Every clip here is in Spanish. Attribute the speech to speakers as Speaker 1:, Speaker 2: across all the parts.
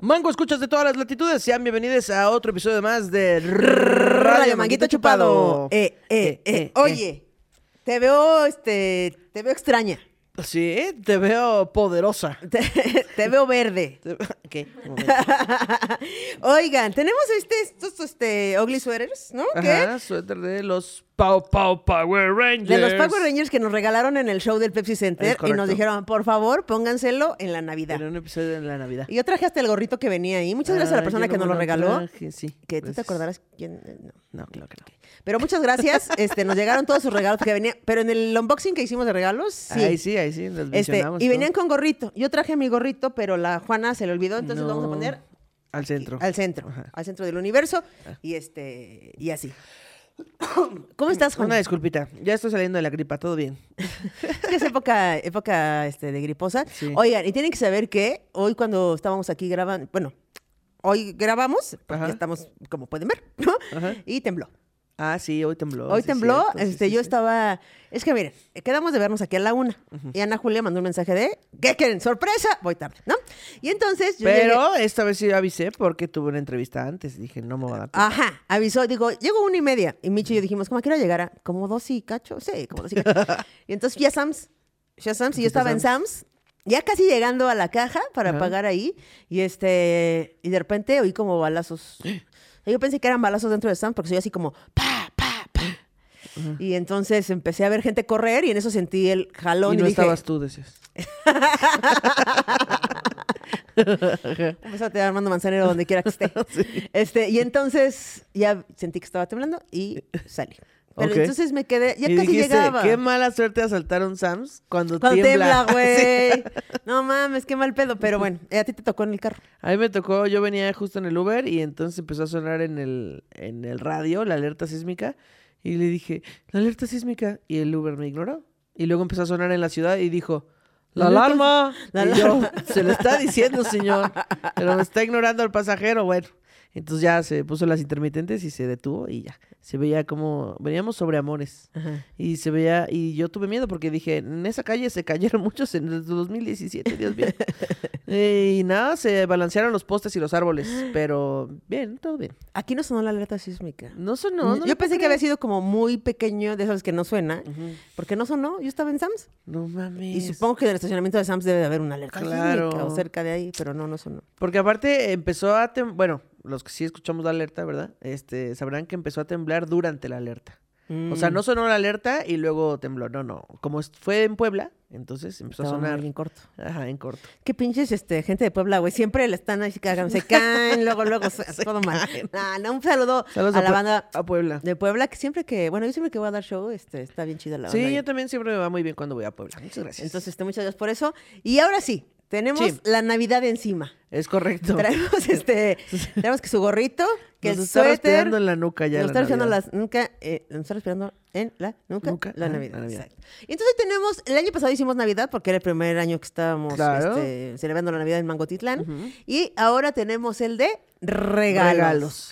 Speaker 1: Mango, escuchas de todas las latitudes. Sean bienvenidos a otro episodio más de Radio Manguito Chupado.
Speaker 2: Oye, te veo extraña.
Speaker 1: Sí, te veo poderosa.
Speaker 2: Te veo verde.
Speaker 1: ¿Qué?
Speaker 2: Oigan, tenemos estos ugly sweaters, ¿no?
Speaker 1: Ajá, suéter de los Power Rangers.
Speaker 2: De los Power Rangers que nos regalaron en el show del Pepsi Center y nos dijeron, por favor, póngánselo en la Navidad.
Speaker 1: Era un episodio en la Navidad.
Speaker 2: Y yo traje hasta el gorrito que venía ahí. Muchas gracias a la persona que nos lo regaló.
Speaker 1: Sí.
Speaker 2: Que tú te acordarás quién.
Speaker 1: No, claro que no.
Speaker 2: Pero muchas gracias. Nos llegaron todos sus regalos que venían. Pero en el unboxing que hicimos de regalos, sí.
Speaker 1: Ahí sí, los mencionamos.
Speaker 2: Y venían con gorrito. Yo traje mi gorrito, pero la Juana se le olvidó, entonces lo vamos a poner
Speaker 1: al centro.
Speaker 2: Al centro.
Speaker 1: Ajá.
Speaker 2: Al centro del universo. Y así. ¿Cómo estás, Juan?
Speaker 1: Una disculpita, ya estoy saliendo de la gripa, todo bien.
Speaker 2: Es época de griposa.
Speaker 1: Sí.
Speaker 2: Oigan, y tienen que saber que hoy cuando estábamos aquí grabando, hoy grabamos, porque
Speaker 1: Ajá.
Speaker 2: estamos, como pueden ver, ¿no?
Speaker 1: Ajá.
Speaker 2: Y tembló.
Speaker 1: Ah, sí, hoy tembló.
Speaker 2: Hoy
Speaker 1: sí,
Speaker 2: tembló,
Speaker 1: cierto,
Speaker 2: yo estaba... Es que miren, quedamos de vernos aquí a la 1. Y Ana Julia mandó un mensaje de, ¿qué quieren? ¡Sorpresa! Voy tarde, ¿no? Y entonces yo
Speaker 1: Pero
Speaker 2: llegué...
Speaker 1: esta vez sí avisé porque tuve una entrevista antes. Dije, no me va a dar tiempo.
Speaker 2: Ajá, avisó, digo, llego 1:30. Y Micho y yo dijimos, ¿cómo a qué hora llegará? ¿Como 2 y cacho? Sí, como 2 y cacho. Y entonces fui a Sam's, y yo estaba en Sam's, ya casi llegando a la caja para
Speaker 1: Ajá.
Speaker 2: pagar ahí. Y de repente oí como balazos. Yo pensé que eran balazos dentro de Sam's porque soy así como, ¡pa, pa, pa! Uh-huh. Y entonces empecé a ver gente correr y en eso sentí el jalón.
Speaker 1: Y no
Speaker 2: dije,
Speaker 1: estabas tú, decías.
Speaker 2: Empezó a tirar Armando Manzanero donde quiera que esté. Sí. Y entonces ya sentí que estaba temblando y salí. Pero entonces me quedé, ya
Speaker 1: y
Speaker 2: casi
Speaker 1: dijiste,
Speaker 2: llegaba.
Speaker 1: Qué mala suerte asaltaron Sam's cuando
Speaker 2: tiembla, güey.
Speaker 1: Sí.
Speaker 2: No mames, qué mal pedo. Pero bueno, a ti te tocó en el carro.
Speaker 1: A mí me tocó, yo venía justo en el Uber y entonces empezó a sonar en el radio la alerta sísmica y le dije, la alerta sísmica, y el Uber me ignoró. Y luego empezó a sonar en la ciudad y dijo, ¡la alarma! Y yo, se lo está diciendo, señor, pero me está ignorando el pasajero. Bueno, entonces ya se puso las intermitentes y se detuvo y ya. Se veía como, veníamos sobre Amores. Ajá. Y se veía, y yo tuve miedo porque dije, en esa calle se cayeron muchos en el 2017, Dios mío. Y nada, se balancearon los postes y los árboles, pero bien, todo bien.
Speaker 2: Aquí no sonó la alerta sísmica.
Speaker 1: No sonó.
Speaker 2: Yo pensé que había sido como muy pequeño, de esos que no suena, porque no sonó. Yo estaba en Sam's.
Speaker 1: No mames.
Speaker 2: Y supongo que en el estacionamiento de Sam's debe de haber una alerta sísmica o cerca de ahí, pero no sonó.
Speaker 1: Porque aparte empezó a bueno, los que sí escuchamos la alerta, ¿verdad? Sabrán que empezó a temblar durante la alerta. O sea, no sonó la alerta y luego tembló. No. Como fue en Puebla, entonces empezó a sonar.
Speaker 2: En corto.
Speaker 1: Ajá, en corto.
Speaker 2: Qué pinches gente de Puebla, güey. Siempre le están ahí, se caen, luego, todo mal. Un saludo a la banda
Speaker 1: a Puebla.
Speaker 2: De Puebla, que siempre que, yo siempre que voy a dar show, está bien chida la banda.
Speaker 1: Sí, yo también siempre me va muy bien cuando voy a Puebla. Muchas gracias.
Speaker 2: Entonces, muchas gracias por eso. Y ahora sí, tenemos la Navidad encima.
Speaker 1: Es correcto.
Speaker 2: Tenemos que su gorrito, que
Speaker 1: nos
Speaker 2: el
Speaker 1: está
Speaker 2: suéter.
Speaker 1: respirando en la nuca ya.
Speaker 2: Nos está respirando nos está respirando en la nuca. La Navidad. Exacto. Y entonces tenemos, el año pasado hicimos Navidad porque era el primer año que estábamos celebrando la Navidad en Mangotitlán. Uh-huh. Y ahora tenemos el de regalos.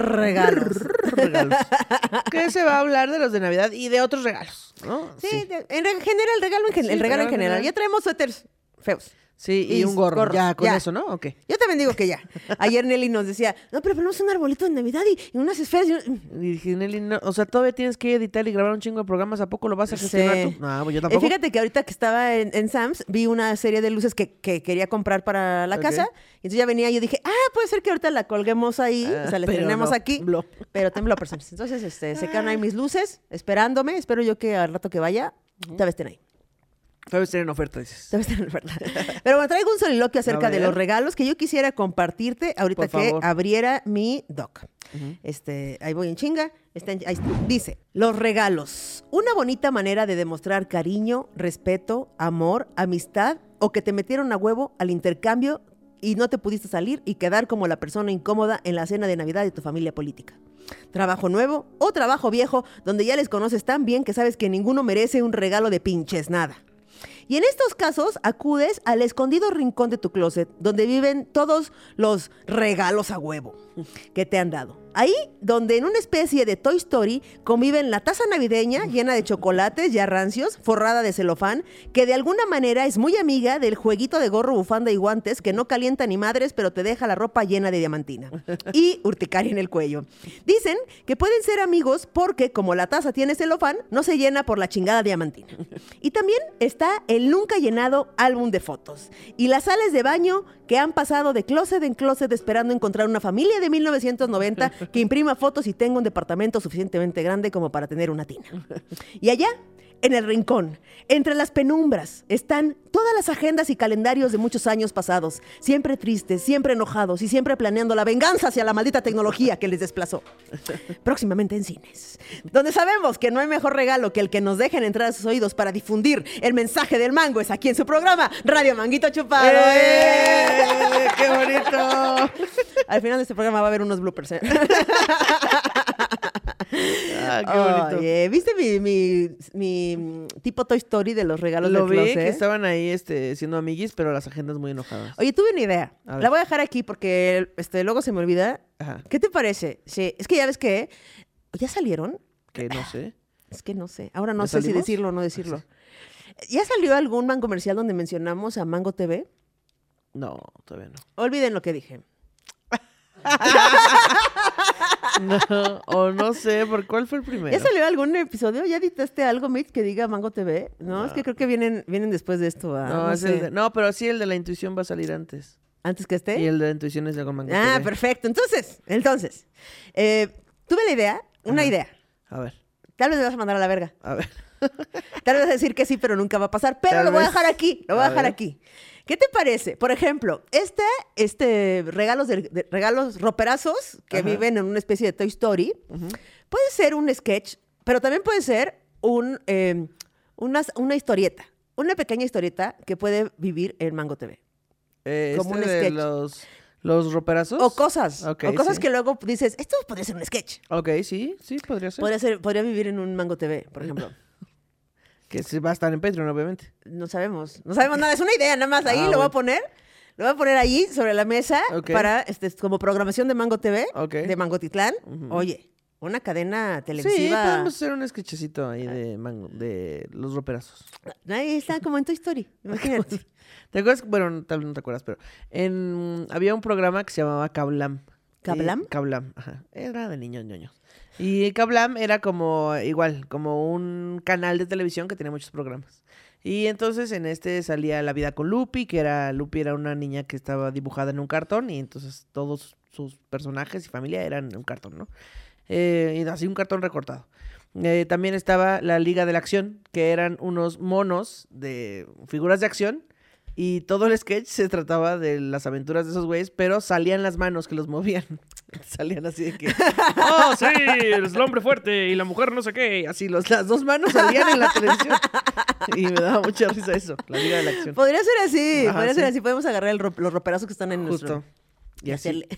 Speaker 1: Que se va a hablar de los de Navidad y de otros regalos, ¿no?
Speaker 2: Sí. En general, el regalo en general. Ya traemos suéteres feos.
Speaker 1: Sí, y un gorro. Ya, con eso, ¿no? Okay.
Speaker 2: Yo también digo que ya. Ayer Nelly nos decía, no, pero ponemos un arbolito de Navidad y unas esferas.
Speaker 1: Y dije, Nelly, no, o sea, todavía tienes que editar y grabar un chingo de programas. ¿A poco lo vas a gestionar tú? No, pues yo tampoco.
Speaker 2: Fíjate que ahorita que estaba en Sam's, vi una serie de luces que quería comprar para la casa. Y entonces ya venía y yo dije, puede ser que ahorita la colguemos ahí. O sea, la estrenemos aquí.
Speaker 1: Tembló.
Speaker 2: Pero tembló, personas. Entonces, se quedan ahí mis luces, esperándome. Espero yo que al rato que vaya, tal vez estén ahí.
Speaker 1: Tal vez estén en oferta, dices.
Speaker 2: Tal vez estén en oferta. Pero bueno, traigo un soliloquio acerca de los regalos que yo quisiera compartirte ahorita que abriera mi doc. Uh-huh. Ahí voy en chinga. Ahí está. Dice, los regalos. Una bonita manera de demostrar cariño, respeto, amor, amistad o que te metieron a huevo al intercambio y no te pudiste salir y quedar como la persona incómoda en la cena de Navidad de tu familia política. Trabajo nuevo o trabajo viejo donde ya les conoces tan bien que sabes que ninguno merece un regalo de pinches nada. Y en estos casos acudes al escondido rincón de tu closet donde viven todos los regalos a huevo que te han dado. Ahí donde en una especie de Toy Story conviven la taza navideña llena de chocolates ya rancios, forrada de celofán, que de alguna manera es muy amiga del jueguito de gorro, bufanda y guantes que no calienta ni madres, pero te deja la ropa llena de diamantina y urticaria en el cuello. Dicen que pueden ser amigos porque como la taza tiene celofán, no se llena por la chingada diamantina. Y también está el nunca llenado álbum de fotos y las sales de baño que han pasado de closet en closet esperando encontrar una familia de 1990 que imprima fotos y tenga un departamento suficientemente grande como para tener una tina. Y allá, en el rincón, entre las penumbras, están todas las agendas y calendarios de muchos años pasados, siempre tristes, siempre enojados y siempre planeando la venganza hacia la maldita tecnología que les desplazó. Próximamente en cines, donde sabemos que no hay mejor regalo que el que nos dejen entrar a sus oídos para difundir el mensaje del mango. Es aquí en su programa, Radio Manguito Chupado.
Speaker 1: ¡Qué bonito!
Speaker 2: Al final de este programa va a haber unos bloopers,
Speaker 1: Ah, qué bonito.
Speaker 2: Oye, ¿viste mi tipo Toy Story de los regalos
Speaker 1: Lo
Speaker 2: del closet?
Speaker 1: vi, que estaban ahí siendo amiguis, pero las agendas muy enojadas.
Speaker 2: Oye, tuve una idea. La voy a dejar aquí porque luego se me olvida.
Speaker 1: Ajá.
Speaker 2: ¿Qué te parece? Sí, es que ya ves que ¿ya salieron?
Speaker 1: Que no sé.
Speaker 2: Es que no sé. Ahora no sé
Speaker 1: salimos?
Speaker 2: si decirlo o no decirlo. ¿Ya salió algún mango comercial donde mencionamos a Mango TV?
Speaker 1: No, todavía no.
Speaker 2: Olviden lo que dije.
Speaker 1: No, o no sé, ¿por cuál fue el primero?
Speaker 2: ¿Ya salió algún episodio? ¿Ya editaste algo, Mitch, que diga Mango TV? No, es que creo que vienen después de esto.
Speaker 1: No,
Speaker 2: sé.
Speaker 1: No, pero sí, el de la intuición va a salir antes.
Speaker 2: ¿Antes que esté?
Speaker 1: Y el de la intuición es de con Mango
Speaker 2: Ah,
Speaker 1: TV.
Speaker 2: perfecto. Entonces, tuve la idea, una idea.
Speaker 1: A ver,
Speaker 2: Tal vez me vas a mandar a la verga.
Speaker 1: a ver.
Speaker 2: Tal vez vas a decir que sí, pero nunca va a pasar. Pero
Speaker 1: Tal
Speaker 2: lo voy a
Speaker 1: vez.
Speaker 2: dejar aquí. Lo voy a dejar
Speaker 1: ver.
Speaker 2: aquí. ¿Qué te parece? Por ejemplo, regalos roperazos que
Speaker 1: Ajá.
Speaker 2: viven en una especie de Toy Story. Puede ser un sketch, pero también puede ser una historieta. Una pequeña historieta que puede vivir en Mango TV. Como un
Speaker 1: de
Speaker 2: sketch.
Speaker 1: los roperazos.
Speaker 2: O cosas.
Speaker 1: Ok,
Speaker 2: o cosas
Speaker 1: sí.
Speaker 2: que luego dices, esto podría ser un sketch.
Speaker 1: Ok, sí, podría ser.
Speaker 2: Podría vivir en un Mango TV, por ejemplo.
Speaker 1: Que sí va a estar en Patreon, obviamente.
Speaker 2: No sabemos nada, es una idea nada más. Ahí
Speaker 1: Ah,
Speaker 2: lo voy a
Speaker 1: bueno.
Speaker 2: poner. Lo voy a poner ahí sobre la mesa
Speaker 1: Ok.
Speaker 2: para como programación de Mango TV,
Speaker 1: Ok.
Speaker 2: de Mangotitlán. Oye, una cadena
Speaker 1: Sí,
Speaker 2: televisiva.
Speaker 1: podemos hacer un sketchecito ahí de los roperazos.
Speaker 2: Ahí está como en Toy Story, imagínate.
Speaker 1: ¿Te acuerdas? Bueno, tal vez no te acuerdas, pero había un programa que se llamaba Kablam.
Speaker 2: ¿Kablam?
Speaker 1: Kablam, ajá. Era de niños ñoños. Y Kablam era como como un canal de televisión que tenía muchos programas. Y entonces en salía La Vida con Lupi, Lupi era una niña que estaba dibujada en un cartón y entonces todos sus personajes y familia eran en un cartón, ¿no? Y así un cartón recortado. También estaba La Liga de la Acción, que eran unos monos de figuras de acción. Y todo el sketch se trataba de las aventuras de esos güeyes, pero salían las manos que los movían. Salían así de que, oh, sí, es el hombre fuerte y la mujer no sé qué. Así, las dos manos salían en la televisión. Y me daba mucha risa eso, La Liga de la Acción.
Speaker 2: Podría ser así,
Speaker 1: Ajá,
Speaker 2: podría ser
Speaker 1: sí.
Speaker 2: así. Podemos agarrar los roperazos que están en
Speaker 1: Justo.
Speaker 2: nuestro...
Speaker 1: Y así.
Speaker 2: hacerle-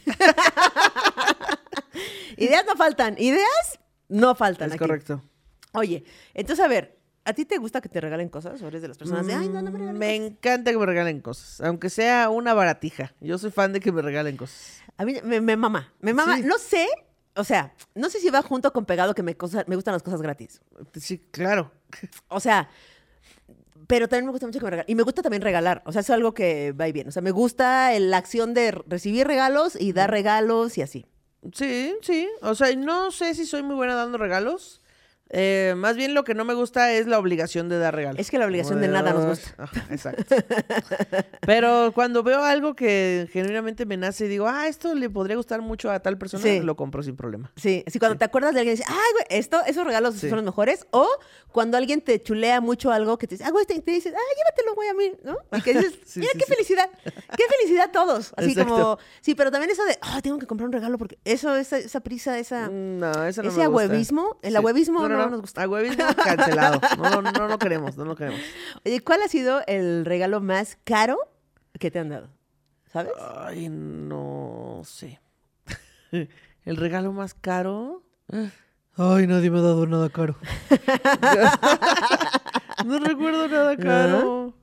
Speaker 2: Ideas no faltan. Ideas no faltan
Speaker 1: Es
Speaker 2: aquí.
Speaker 1: correcto.
Speaker 2: Oye, entonces a ver, ¿a ti te gusta que te regalen cosas? ¿O eres de las personas de, ay, no me regalen
Speaker 1: Me
Speaker 2: cosas?
Speaker 1: encanta que me regalen cosas, aunque sea una baratija. Yo soy fan de que me regalen cosas.
Speaker 2: A mí me mama.
Speaker 1: Sí.
Speaker 2: No sé, o sea, no sé si va junto con pegado que me gustan las cosas gratis.
Speaker 1: Sí, claro.
Speaker 2: O sea, pero también me gusta mucho que me regalen. Y me gusta también regalar. O sea, es algo que va y viene. O sea, me gusta la acción de recibir regalos y dar regalos y así.
Speaker 1: Sí, sí. O sea, no sé si soy muy buena dando regalos. Más bien lo que no me gusta es la obligación de dar regalos.
Speaker 2: Es que la obligación de nada nos gusta.
Speaker 1: Ajá, exacto. Pero cuando veo algo que genuinamente me nace y digo, esto le podría gustar mucho a tal persona,
Speaker 2: Sí.
Speaker 1: lo compro sin problema.
Speaker 2: Sí, así cuando te acuerdas de alguien y dices, ay, güey, esos regalos
Speaker 1: Sí.
Speaker 2: son los mejores. O cuando alguien te chulea mucho algo que te dice, güey, te dices, llévatelo, güey, a mí, ¿no? Y que dices,
Speaker 1: Sí,
Speaker 2: mira,
Speaker 1: sí,
Speaker 2: qué
Speaker 1: sí.
Speaker 2: felicidad. Qué felicidad todos. Así
Speaker 1: Exacto.
Speaker 2: como, sí, pero también eso de, tengo que comprar un regalo porque esa prisa,
Speaker 1: No, eso no
Speaker 2: ese
Speaker 1: me gusta.
Speaker 2: agüevismo, el agüevismo no nos gusta.
Speaker 1: Agüevismo cancelado. No lo queremos, no lo queremos.
Speaker 2: Oye, ¿cuál ha sido el regalo más caro que te han dado? ¿Sabes?
Speaker 1: Ay, no sé. ¿El regalo más caro? Ay, nadie me ha dado nada caro. No recuerdo nada caro.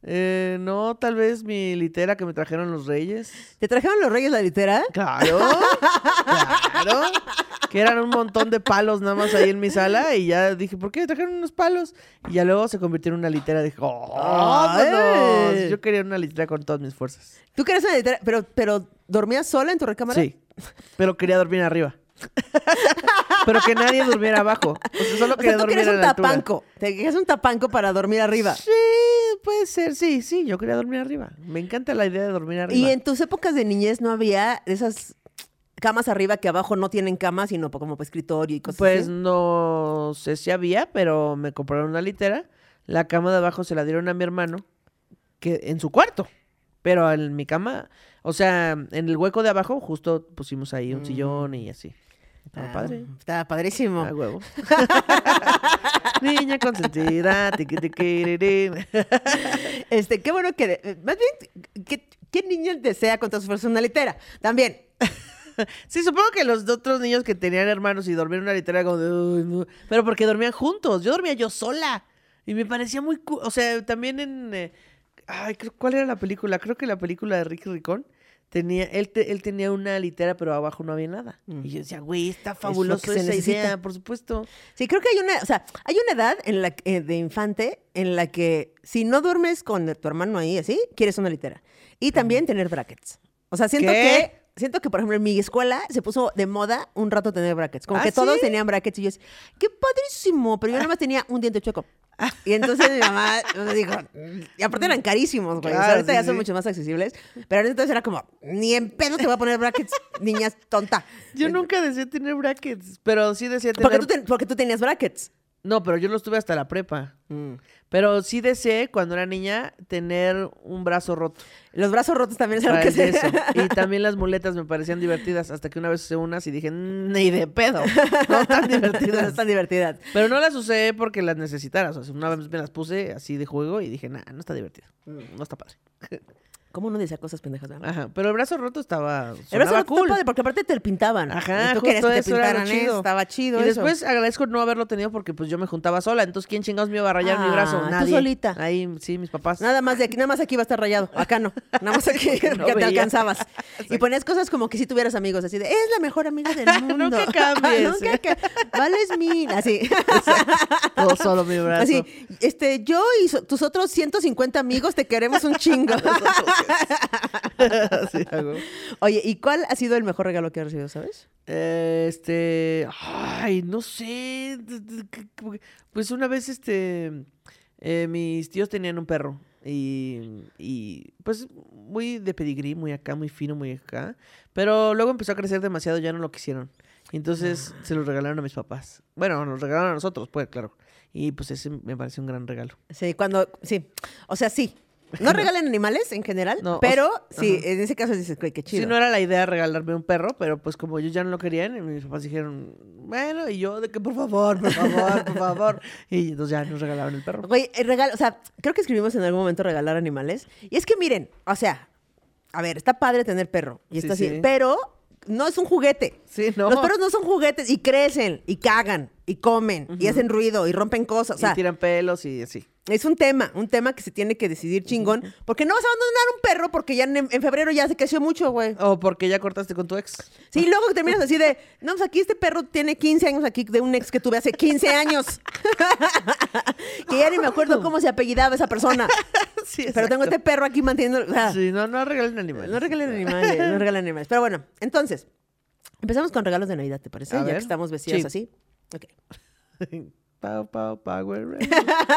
Speaker 1: No, tal vez mi litera que me trajeron los reyes.
Speaker 2: ¿Te trajeron los reyes la litera?
Speaker 1: Claro, claro. Que eran un montón de palos nada más ahí en mi sala. Y ya dije, ¿por qué me trajeron unos palos? Y ya luego se convirtió en una litera. Dije, ¡vámonos! Yo quería una litera con todas mis fuerzas.
Speaker 2: ¿Tú querías una litera? ¿Pero dormías sola en tu recámara?
Speaker 1: Sí, pero quería dormir arriba. Pero que nadie durmiera abajo. O sea, solo quería dormir a la
Speaker 2: tapanco. Te querías un tapanco para dormir arriba.
Speaker 1: Sí, puede ser. Sí, yo quería dormir arriba. Me encanta la idea de dormir arriba.
Speaker 2: ¿Y en tus épocas de niñez no había esas camas arriba que abajo no tienen cama, sino como para escritorio y cosas
Speaker 1: pues
Speaker 2: así?
Speaker 1: No sé si había, pero me compraron una litera. La cama de abajo se la dieron a mi hermano que en su cuarto. Pero en mi cama, o sea, en el hueco de abajo justo pusimos ahí un sillón y así. Estaba padre.
Speaker 2: Estaba padrísimo.
Speaker 1: Ah, huevo. Niña consentida. Tiqui, tiqui,
Speaker 2: Qué bueno que... Más bien, ¿qué niño desea con toda su fuerza una litera? También.
Speaker 1: Sí, supongo que los otros niños que tenían hermanos y dormían en una litera como de... "Uy, no". Pero porque dormían juntos. Yo dormía yo sola. Y me parecía muy... O sea, también en... ¿cuál era la película? Creo que la película de Ricky Ricón. Él tenía una litera, pero abajo no había nada. Y yo decía, güey, está fabuloso esa idea, por supuesto.
Speaker 2: Sí, creo que hay una edad en la de infante en la que si no duermes con tu hermano ahí así, quieres una litera. Y también tener brackets. O sea, siento que, por ejemplo, en mi escuela se puso de moda un rato tener brackets. Como que todos tenían brackets y yo decía, ¡qué padrísimo! Pero yo nada más tenía un diente chueco. Y entonces mi mamá me dijo, y aparte eran carísimos, güey. Claro, o sea, ahorita ya son mucho más accesibles. Pero entonces era como, ni en pedo te voy a poner brackets, niñas tonta.
Speaker 1: Yo nunca deseé tener brackets, pero sí deseé tener...
Speaker 2: Porque tú tenías brackets.
Speaker 1: No, pero yo los tuve hasta la prepa. Pero sí deseé, cuando era niña, tener un brazo roto.
Speaker 2: Los brazos rotos también es algo que se...
Speaker 1: Y también las muletas me parecían divertidas, hasta que una vez usé unas y dije, ni de pedo. No tan divertidas.
Speaker 2: No están divertidas.
Speaker 1: Pero no las usé porque las necesitara. O sea, una vez me las puse así de juego y dije, no está divertido. No está padre.
Speaker 2: ¿Cómo uno decía cosas pendejas? ¿No?
Speaker 1: Ajá, pero el brazo roto estaba
Speaker 2: El brazo roto
Speaker 1: cool.
Speaker 2: Estaba padre porque aparte te pintaban.
Speaker 1: Ajá,
Speaker 2: y tú querías que te pintaran
Speaker 1: chido.
Speaker 2: Estaba chido
Speaker 1: y
Speaker 2: eso.
Speaker 1: después agradezco no haberlo tenido porque pues yo me juntaba sola. Entonces, ¿quién chingados me iba a rayar mi brazo? Nadie.
Speaker 2: Tú solita.
Speaker 1: Ahí, sí, mis papás.
Speaker 2: Nada más aquí va a estar rayado. Acá no. Nada más aquí
Speaker 1: no
Speaker 2: que te
Speaker 1: veía.
Speaker 2: alcanzabas. Y ponías cosas como que si tuvieras amigos, así de, es la mejor amiga del mundo.
Speaker 1: Nunca cambies.
Speaker 2: Vales 1000. Así.
Speaker 1: Todo solo mi brazo.
Speaker 2: Así, yo y tus otros 150 amigos te queremos un chingo.
Speaker 1: Sí, hago.
Speaker 2: Oye, ¿y cuál ha sido el mejor regalo que has recibido, sabes?
Speaker 1: No sé. Pues una vez, mis tíos tenían un perro. Y pues muy de pedigrí, muy acá, muy fino, muy acá. Pero luego empezó a crecer demasiado, ya no lo quisieron. Y entonces se los regalaron a mis papás. Bueno, nos regalaron a nosotros, pues, claro. Y pues ese me pareció un gran regalo.
Speaker 2: Sí, sí. O sea, sí. No regalen animales en general,
Speaker 1: no,
Speaker 2: pero sí, en ese caso dices, qué chido.
Speaker 1: Sí, no era la idea regalarme un perro, pero pues como ellos ya no lo querían, mis papás dijeron, bueno, y yo de que por favor. Y entonces ya nos regalaron el perro.
Speaker 2: Güey, o sea, creo que escribimos en algún momento regalar animales. Y es que miren, o sea, a ver, está padre tener perro, y está así, pero no es un juguete.
Speaker 1: Sí, no.
Speaker 2: Los perros no son juguetes y crecen, y cagan, y comen, y hacen ruido, y rompen cosas. O sea,
Speaker 1: y tiran pelos y así.
Speaker 2: Es un tema que se tiene que decidir chingón. Porque no vas a abandonar un perro porque ya en febrero ya se creció mucho, güey.
Speaker 1: O porque ya cortaste con tu ex.
Speaker 2: Sí, luego que terminas así de, no, pues aquí este perro tiene 15 años aquí de un ex que tuve hace 15 años. Que ya ni me acuerdo cómo se apellidaba esa persona.
Speaker 1: Sí,
Speaker 2: pero tengo este perro aquí manteniendo... O sea,
Speaker 1: sí, no regalen animales.
Speaker 2: No regalen animales. Pero bueno, entonces, empezamos con regalos de Navidad, ¿te parece? Ya que estamos vestidos así. Ok.
Speaker 1: Power Rangers.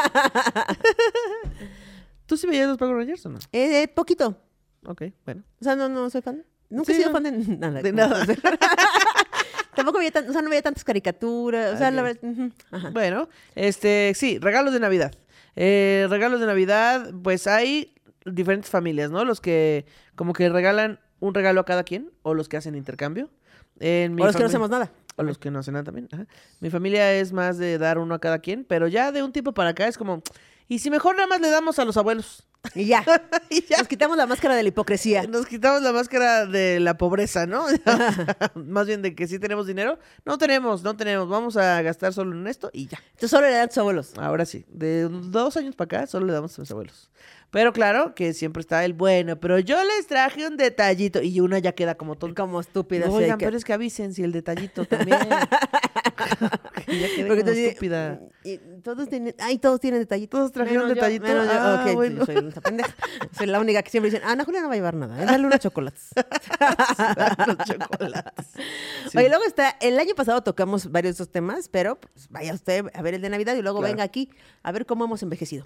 Speaker 1: ¿Tú sí veías los Power Rangers o no?
Speaker 2: Poquito.
Speaker 1: Ok, bueno.
Speaker 2: O sea, no soy fan. Nunca he sido fan de nada.
Speaker 1: De nada.
Speaker 2: Tampoco veía no veía tantas caricaturas. O sea, la verdad. Ajá.
Speaker 1: Bueno, sí, regalos de Navidad. Regalos de Navidad, pues hay diferentes familias, ¿no? Los que como que regalan un regalo a cada quien, o los que hacen intercambio.
Speaker 2: O los que no hacemos nada.
Speaker 1: O los que no hacen nada también. Ajá. Mi familia es más de dar uno a cada quien, pero ya de un tiempo para acá es como, ¿y si mejor nada más le damos a los abuelos?
Speaker 2: Y ya. Nos quitamos la máscara de la hipocresía.
Speaker 1: Nos quitamos la máscara de la pobreza, ¿no? Más bien de que sí tenemos dinero. No tenemos. Vamos a gastar solo en esto y ya.
Speaker 2: Entonces solo le dan a tus abuelos.
Speaker 1: Ahora sí. De 2 años para acá solo le damos a mis abuelos. Pero claro que siempre está el bueno. Pero yo les traje un detallito. Y una ya queda como tonta.
Speaker 2: Como estúpida.
Speaker 1: Oigan, pero es que avisen si el detallito también. Que ya quedé como estúpida.
Speaker 2: Todos tienen detallitos.
Speaker 1: Todos trajeron detallitos.
Speaker 2: Okay,
Speaker 1: bueno.
Speaker 2: soy una pendeja. Soy la única que siempre dicen, Ana Julia no va a llevar nada. Dale unos chocolates.
Speaker 1: Los chocolates. Sí.
Speaker 2: Oye, luego está, el año pasado tocamos varios de estos temas, pero pues, vaya usted a ver el de Navidad y luego venga aquí a ver cómo hemos envejecido.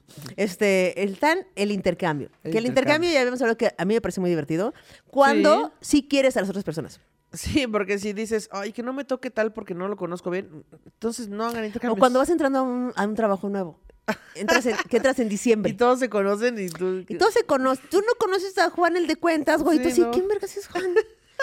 Speaker 2: El intercambio. El intercambio ya habíamos hablado que a mí me parece muy divertido. Cuando sí quieres a las otras personas.
Speaker 1: Sí, porque si dices, ay, que no me toque tal porque no lo conozco bien, entonces no hagan intercambios.
Speaker 2: O cuando vas entrando a un trabajo nuevo. Que entras en diciembre.
Speaker 1: Y todos se conocen y tú...
Speaker 2: Y todos se conocen. Tú no conoces a Juan, el de cuentas, güey. Sí, tú sí, ¿quién vergas es Juan?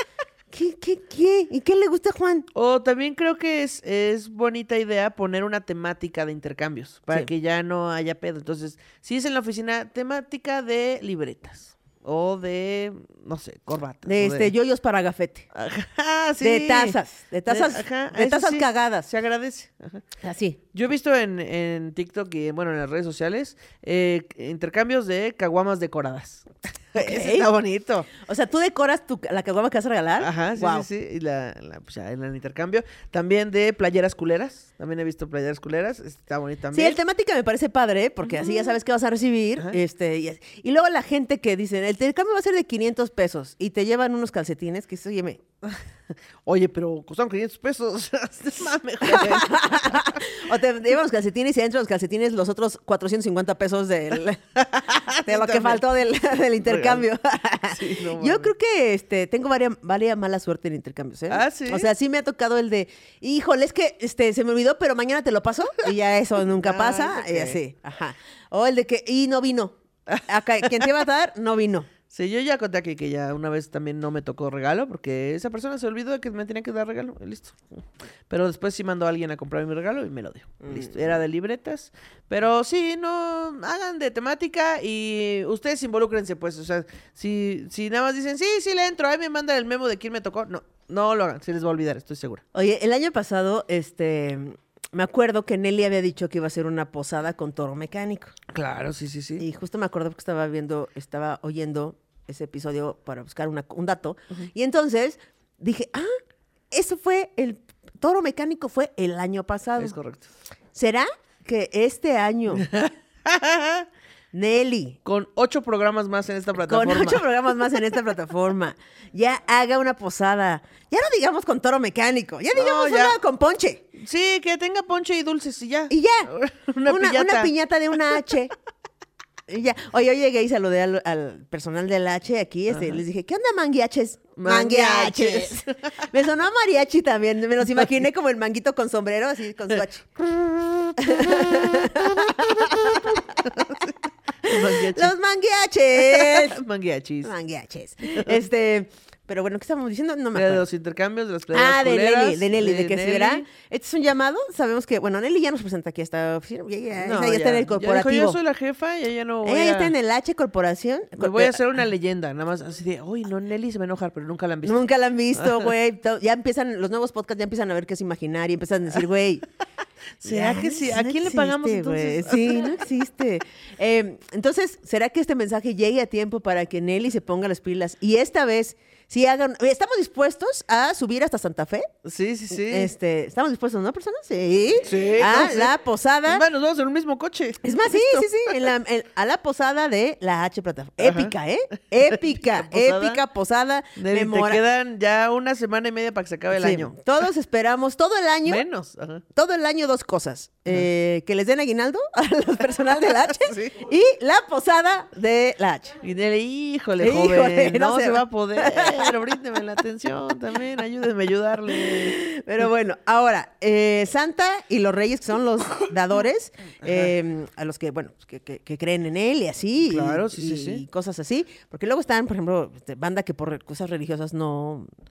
Speaker 2: ¿Qué? ¿Y qué le gusta a Juan?
Speaker 1: O también creo que es bonita idea poner una temática de intercambios para que ya no haya pedo. Entonces, si es en la oficina, temática de libretas. O de, no sé, corbatas.
Speaker 2: De yoyos para gafete.
Speaker 1: Ajá, sí.
Speaker 2: De tazas
Speaker 1: sí,
Speaker 2: cagadas.
Speaker 1: Se agradece. Ajá.
Speaker 2: Así.
Speaker 1: Yo he visto en TikTok y, bueno, en las redes sociales, intercambios de caguamas decoradas.
Speaker 2: Okay.
Speaker 1: Eso está bonito.
Speaker 2: O sea, ¿tú decoras la caguama que vas a regalar?
Speaker 1: Ajá, sí,
Speaker 2: wow.
Speaker 1: sí. Y pues ya en el intercambio. También de playeras culeras. También he visto playeras culeras. Está bonito también.
Speaker 2: Sí, el temática me parece padre, porque así ya sabes qué vas a recibir. Y luego la gente que dice, el intercambio va a ser de 500 pesos y te llevan unos calcetines que se oye,
Speaker 1: oye, pero costaron 500 pesos. Mame, joder.
Speaker 2: O te llevan los calcetines y dentro de los calcetines los otros 450 pesos de lo que faltó del intercambio.
Speaker 1: Sí, no,
Speaker 2: yo creo que tengo varias mala suerte en intercambios, ¿eh?
Speaker 1: Ah, ¿sí?
Speaker 2: O sea, sí me ha tocado el de, híjole, es que se me olvidó, pero mañana te lo paso. Y ya eso nunca pasa.
Speaker 1: Okay.
Speaker 2: Y así, ajá. O el de que, y no vino. Acá, quien te iba a dar, no vino.
Speaker 1: Sí, yo ya conté aquí que ya una vez también no me tocó regalo porque esa persona se olvidó de que me tenía que dar regalo. Listo. Pero después sí mandó a alguien a comprar mi regalo y me lo dio. Listo. Era de libretas. Pero sí, no hagan de temática y ustedes involúcrense, pues. O sea, si nada más dicen, sí le entro, ahí me mandan el memo de quién me tocó. No lo hagan, se les va a olvidar, estoy segura.
Speaker 2: Oye, el año pasado, me acuerdo que Nelly había dicho que iba a hacer una posada con toro mecánico.
Speaker 1: Claro, sí.
Speaker 2: Y justo me acuerdo porque estaba oyendo ese episodio para buscar un dato. Uh-huh. Y entonces dije, eso fue el toro mecánico fue el año pasado.
Speaker 1: Es correcto.
Speaker 2: ¿Será que este año Nelly,
Speaker 1: con 8 programas más en esta
Speaker 2: plataforma, ya haga una posada? Ya no digamos con toro mecánico, ya digamos una con ponche.
Speaker 1: Sí, que tenga ponche y dulces y ya.
Speaker 2: Y ya. Una piñata de una H. Y ya. Oye, yo llegué y saludé al personal del H aquí, les dije, ¿qué onda, manguiaches? Manguiaches. Me sonó a mariachi también, me los imaginé como el manguito con sombrero, así, con su H. Los manguiaches.
Speaker 1: Manguiachis.
Speaker 2: Pero bueno, ¿qué estábamos diciendo? No me
Speaker 1: acuerdo.
Speaker 2: De
Speaker 1: los intercambios, de las playeras
Speaker 2: de Nelly, de que se verá. Este es un llamado. Sabemos que, bueno, Nelly ya nos presenta aquí a esta oficina. Ya está en el corporativo.
Speaker 1: Yo soy la jefa y ella no voy
Speaker 2: Ella está en el H Corporación.
Speaker 1: Me voy a hacer una leyenda, nada más así de, uy, no, Nelly se va a enojar, pero nunca la han visto.
Speaker 2: Nunca la han visto, güey. Ya empiezan, los nuevos podcasts ya empiezan a ver que es imaginario y empiezan a decir, güey.
Speaker 1: ¿Será que sí? ¿A quién le pagamos entonces?
Speaker 2: Sí, no existe. Entonces, ¿será que este mensaje llegue a tiempo para que Nelly se ponga las pilas? Y esta vez, ¿estamos dispuestos a subir hasta Santa Fe?
Speaker 1: Sí.
Speaker 2: ¿Estamos dispuestos, no, personas? Sí. La posada.
Speaker 1: Es más, nos vamos en un mismo coche.
Speaker 2: Es más, sí. A la posada de la H plataforma. Épica, ¿eh? Épica posada.
Speaker 1: Te quedan ya una semana y media para que se acabe el año.
Speaker 2: Todos esperamos, todo el año.
Speaker 1: Menos.
Speaker 2: Todo el año 2 cosas. Que les den aguinaldo a los personal de la H y la posada de la H.
Speaker 1: Y dile, híjole, joven, no se va a poder. Pero bríndeme la atención también, ayúdenme a ayudarle.
Speaker 2: Pero bueno, ahora, Santa y los Reyes, que son los dadores, a los que, bueno, que creen en él y así.
Speaker 1: Claro,
Speaker 2: y cosas así. Porque luego están, por ejemplo, banda que por cosas religiosas no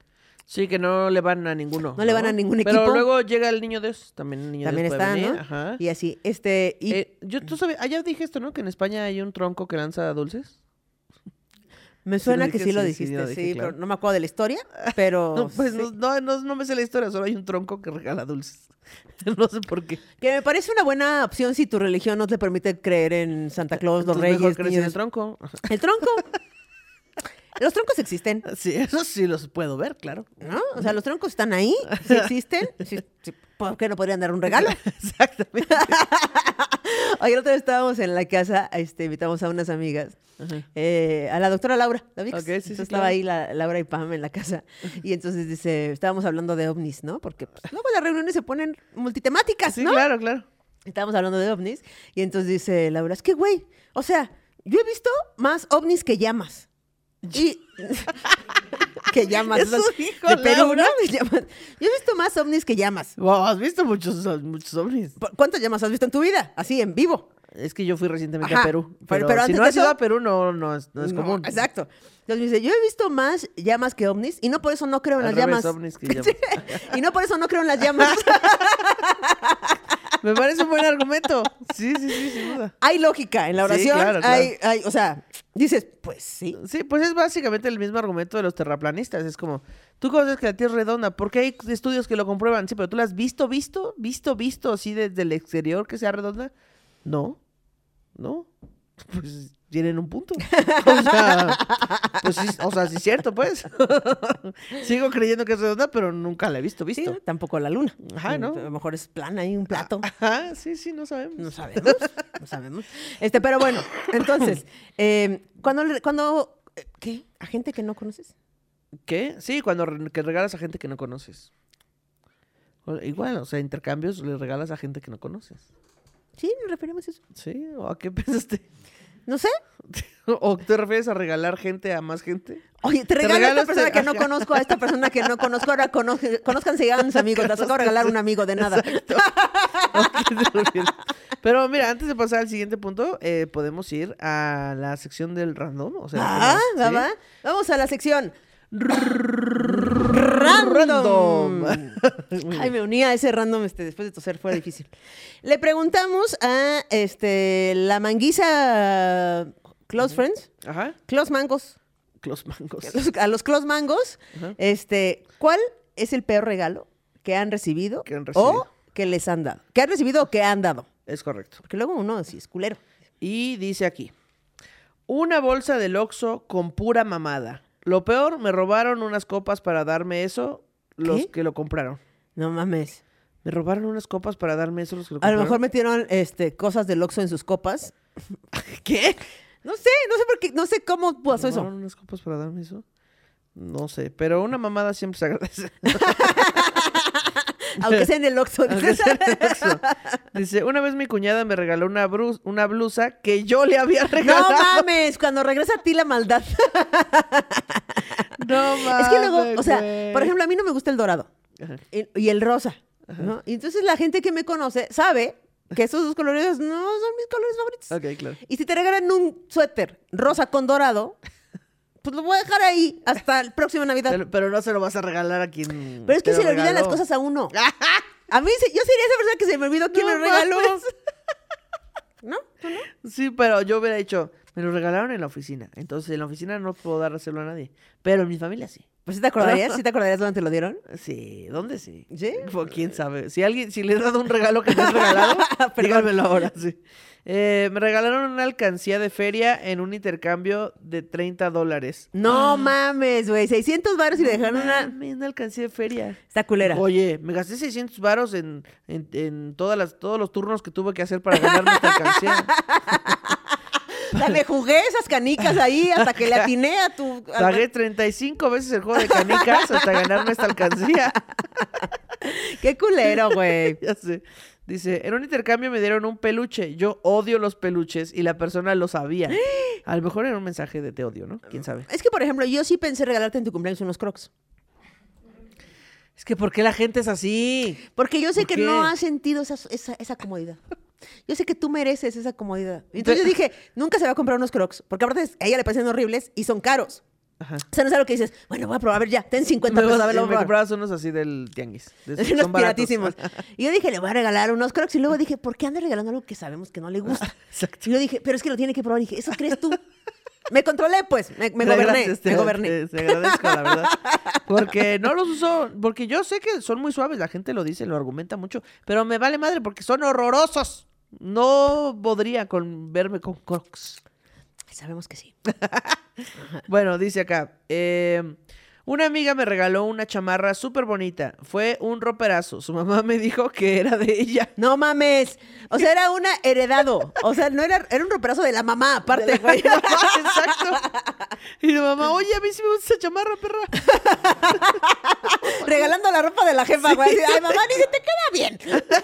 Speaker 1: Sí, que no le van a ninguno.
Speaker 2: No le van a ningún equipo.
Speaker 1: Pero luego llega el Niño Dios. También el Niño
Speaker 2: También
Speaker 1: Dios puede
Speaker 2: está,
Speaker 1: venir.
Speaker 2: ¿no?
Speaker 1: Ajá.
Speaker 2: Y así,
Speaker 1: tú sabes, allá dije esto, ¿no? Que en España hay un tronco que lanza dulces.
Speaker 2: Me suena
Speaker 1: ¿Sí
Speaker 2: que sí lo dijiste,
Speaker 1: lo dije, claro.
Speaker 2: pero no me acuerdo de la historia, pero...
Speaker 1: No, pues
Speaker 2: sí.
Speaker 1: no me sé la historia, solo hay un tronco que regala dulces. No sé por qué.
Speaker 2: Que me parece una buena opción si tu religión no te permite creer en Santa Claus, los
Speaker 1: Entonces, mejor
Speaker 2: reyes,
Speaker 1: crees en el tronco.
Speaker 2: El tronco. Los troncos existen,
Speaker 1: Sí, eso sí los puedo ver, claro.
Speaker 2: ¿no? O sea, los troncos están ahí, sí existen. Sí, ¿por qué no podrían dar un regalo?
Speaker 1: Exactamente.
Speaker 2: Oye, el otro día estábamos en la casa, invitamos a unas amigas, a la doctora Laura, ¿la ubicas?
Speaker 1: Ok, sí,
Speaker 2: Entonces
Speaker 1: sí,
Speaker 2: estaba
Speaker 1: claro.
Speaker 2: ahí Laura y Pam en la casa, y entonces estábamos hablando de ovnis, ¿no? Porque pues, luego las reuniones se ponen multitemáticas,
Speaker 1: Sí,
Speaker 2: ¿no?
Speaker 1: claro, claro.
Speaker 2: Estábamos hablando de ovnis, y entonces dice Laura, es que güey, o sea, yo he visto más ovnis que llamas. Y que llamas.
Speaker 1: Eso dijo
Speaker 2: de Perú,
Speaker 1: Laura.
Speaker 2: ¿no? De llamas. Yo he visto más ovnis que llamas.
Speaker 1: Wow, has visto muchos ovnis.
Speaker 2: ¿Cuántas llamas has visto en tu vida? Así, en vivo.
Speaker 1: Es que yo fui recientemente
Speaker 2: Ajá.
Speaker 1: a Perú.
Speaker 2: Pero
Speaker 1: Pero si
Speaker 2: antes
Speaker 1: no
Speaker 2: de
Speaker 1: has ido
Speaker 2: eso-
Speaker 1: a Perú, no es común.
Speaker 2: Exacto. Entonces me dice, yo he visto más llamas que ovnis y no por eso no creo en
Speaker 1: Al
Speaker 2: las
Speaker 1: revés,
Speaker 2: llamas.
Speaker 1: ovnis que llamas.
Speaker 2: Y no por eso no creo en las llamas.
Speaker 1: Me parece un buen argumento. Sí, sin duda.
Speaker 2: Hay lógica en la
Speaker 1: Sí,
Speaker 2: oración.
Speaker 1: claro.
Speaker 2: Hay, o sea, dices, pues sí.
Speaker 1: Sí, pues es básicamente el mismo argumento de los terraplanistas. Es como, tú conoces que la Tierra es redonda, porque hay estudios que lo comprueban. Sí, pero tú la has visto, así desde el exterior que sea redonda. No. Pues tienen un punto. Pues sí, sí es cierto, pues. Sigo creyendo que es redonda, pero nunca la he visto.
Speaker 2: Sí, tampoco la luna.
Speaker 1: Ajá, ¿no?
Speaker 2: A lo mejor es plana ahí, un plato.
Speaker 1: Ajá, sí, no sabemos.
Speaker 2: No sabemos. Pero bueno, entonces, ¿qué? ¿A gente que no conoces?
Speaker 1: ¿Qué? Sí, cuando que regalas a gente que no conoces. Igual, o sea, intercambios le regalas a gente que no conoces.
Speaker 2: Sí, nos referimos a eso.
Speaker 1: ¿Sí? ¿O a qué pensaste?
Speaker 2: No sé.
Speaker 1: ¿O te refieres a regalar gente a más gente?
Speaker 2: Oye, te regalo a esta persona que no
Speaker 1: ajá.
Speaker 2: conozco, a esta persona que no conozco. Ahora conózcanse y háganse amigos. Te acabo de regalar un amigo de nada.
Speaker 1: Exacto. ¿A qué te refieres? Pero mira, antes de pasar al siguiente punto, podemos ir a la sección del random. O sea,
Speaker 2: va. Vamos a la sección
Speaker 1: Random.
Speaker 2: Ay, me unía a ese random después de toser, fue difícil. Le preguntamos a la manguisa Close Friends,
Speaker 1: Ajá.
Speaker 2: Close Mangos,
Speaker 1: Close mangos.
Speaker 2: a los Close Mangos,
Speaker 1: Ajá.
Speaker 2: ¿cuál es el peor regalo que han recibido,
Speaker 1: Que han recibido.
Speaker 2: o que les han dado? ¿Que han recibido o que han dado?
Speaker 1: Es correcto.
Speaker 2: Porque luego uno sí es culero.
Speaker 1: Y dice aquí, una bolsa del Oxxo con pura mamada. Lo peor, me robaron unas copas para darme eso los
Speaker 2: ¿Qué?
Speaker 1: que lo compraron.
Speaker 2: No mames.
Speaker 1: Me robaron unas copas para darme eso los que lo
Speaker 2: A
Speaker 1: compraron.
Speaker 2: lo mejor metieron cosas del Oxxo en sus copas.
Speaker 1: ¿Qué?
Speaker 2: No sé por qué, no sé cómo pasó
Speaker 1: ¿Me
Speaker 2: eso.
Speaker 1: robaron unas copas para darme eso? No sé, pero una mamada siempre se agradece.
Speaker 2: Aunque sea en el Oxxo.
Speaker 1: Aunque sea en el Oxxo. Dice, una vez mi cuñada me regaló una blusa que yo le había regalado.
Speaker 2: No mames, cuando regresa a ti la maldad.
Speaker 1: No mames.
Speaker 2: Es que luego, o sea,
Speaker 1: güey.
Speaker 2: por ejemplo, a mí no me gusta el dorado
Speaker 1: Ajá.
Speaker 2: y el rosa, ¿no? Y entonces la gente que me conoce sabe que esos dos colores no son mis colores favoritos.
Speaker 1: Ok, claro.
Speaker 2: Y si te regalan un suéter rosa con dorado, pues lo voy a dejar ahí hasta el próximo Navidad.
Speaker 1: Pero no se lo vas a regalar a quien
Speaker 2: Pero es que
Speaker 1: te
Speaker 2: se
Speaker 1: lo
Speaker 2: le olvidan las
Speaker 1: regaló.
Speaker 2: cosas a uno. A mí, yo sería esa persona que se me olvidó quién
Speaker 1: No
Speaker 2: me regaló.
Speaker 1: mames.
Speaker 2: ¿No? ¿Tú no?
Speaker 1: Sí, pero yo hubiera dicho, me lo regalaron en la oficina. Entonces en la oficina no puedo dárselo a nadie. Pero en mi familia sí.
Speaker 2: Pues sí te acordarías, dónde te lo dieron.
Speaker 1: Sí, ¿dónde sí?
Speaker 2: ¿Sí?
Speaker 1: Pues, quién sabe. Si le he dado un regalo que no es regalado, díganmelo ahora, sí. Me regalaron una alcancía de feria en un intercambio de $30.
Speaker 2: No mames, güey. 600 varos y le dejaron
Speaker 1: Una alcancía de feria.
Speaker 2: Está culera.
Speaker 1: Oye, me gasté 600 varos en todos los turnos que tuve que hacer para ganarme esta alcancía.
Speaker 2: O sea, me jugué esas canicas ahí hasta que le atiné a tu...
Speaker 1: Pagué 35 veces el juego de canicas hasta ganarme esta alcancía.
Speaker 2: Qué culero, güey.
Speaker 1: Ya sé. Dice, en un intercambio me dieron un peluche. Yo odio los peluches y la persona lo sabía. A lo mejor era un mensaje de te odio, ¿no? ¿Quién sabe?
Speaker 2: Es que, por ejemplo, yo sí pensé regalarte en tu cumpleaños unos Crocs.
Speaker 1: Es que ¿por qué la gente es así?
Speaker 2: Porque yo sé
Speaker 1: ¿Por
Speaker 2: que
Speaker 1: qué?
Speaker 2: no has sentido esa comodidad. Yo sé que tú mereces esa comodidad. Entonces yo dije, nunca se va a comprar unos Crocs. Porque aparte a ella le parecen horribles y son caros.
Speaker 1: Ajá.
Speaker 2: O sea, no es algo que dices, bueno, voy a probar, a ver ya, ten 50 pesos, a ver,
Speaker 1: me comprabas unos así del tianguis.
Speaker 2: Unos piratísimos. Y yo dije, le voy a regalar unos Crocs. Y luego dije, ¿por qué anda regalando algo que sabemos que no le gusta?
Speaker 1: Exacto.
Speaker 2: Y yo dije, pero es que lo tiene que probar. Y dije, ¿eso crees tú? Me controlé, pues. Me goberné. Me goberné.
Speaker 1: Te agradezco, la verdad. Porque no los uso. Porque yo sé que son muy suaves. La gente lo dice, lo argumenta mucho. Pero me vale madre porque son horrorosos. No podría verme con Crocs.
Speaker 2: Sabemos que sí.
Speaker 1: Bueno, dice acá. Una amiga me regaló una chamarra súper bonita. Fue un roperazo. Su mamá me dijo que era de ella.
Speaker 2: No mames. O sea, era una heredado. O sea, no era un roperazo de la mamá, aparte, güey.
Speaker 1: Exacto. Y la mamá, oye, a mí sí me gusta esa chamarra, perra.
Speaker 2: Regalando la ropa de la jefa, güey. Sí. Ay, mamá, ni se te queda bien.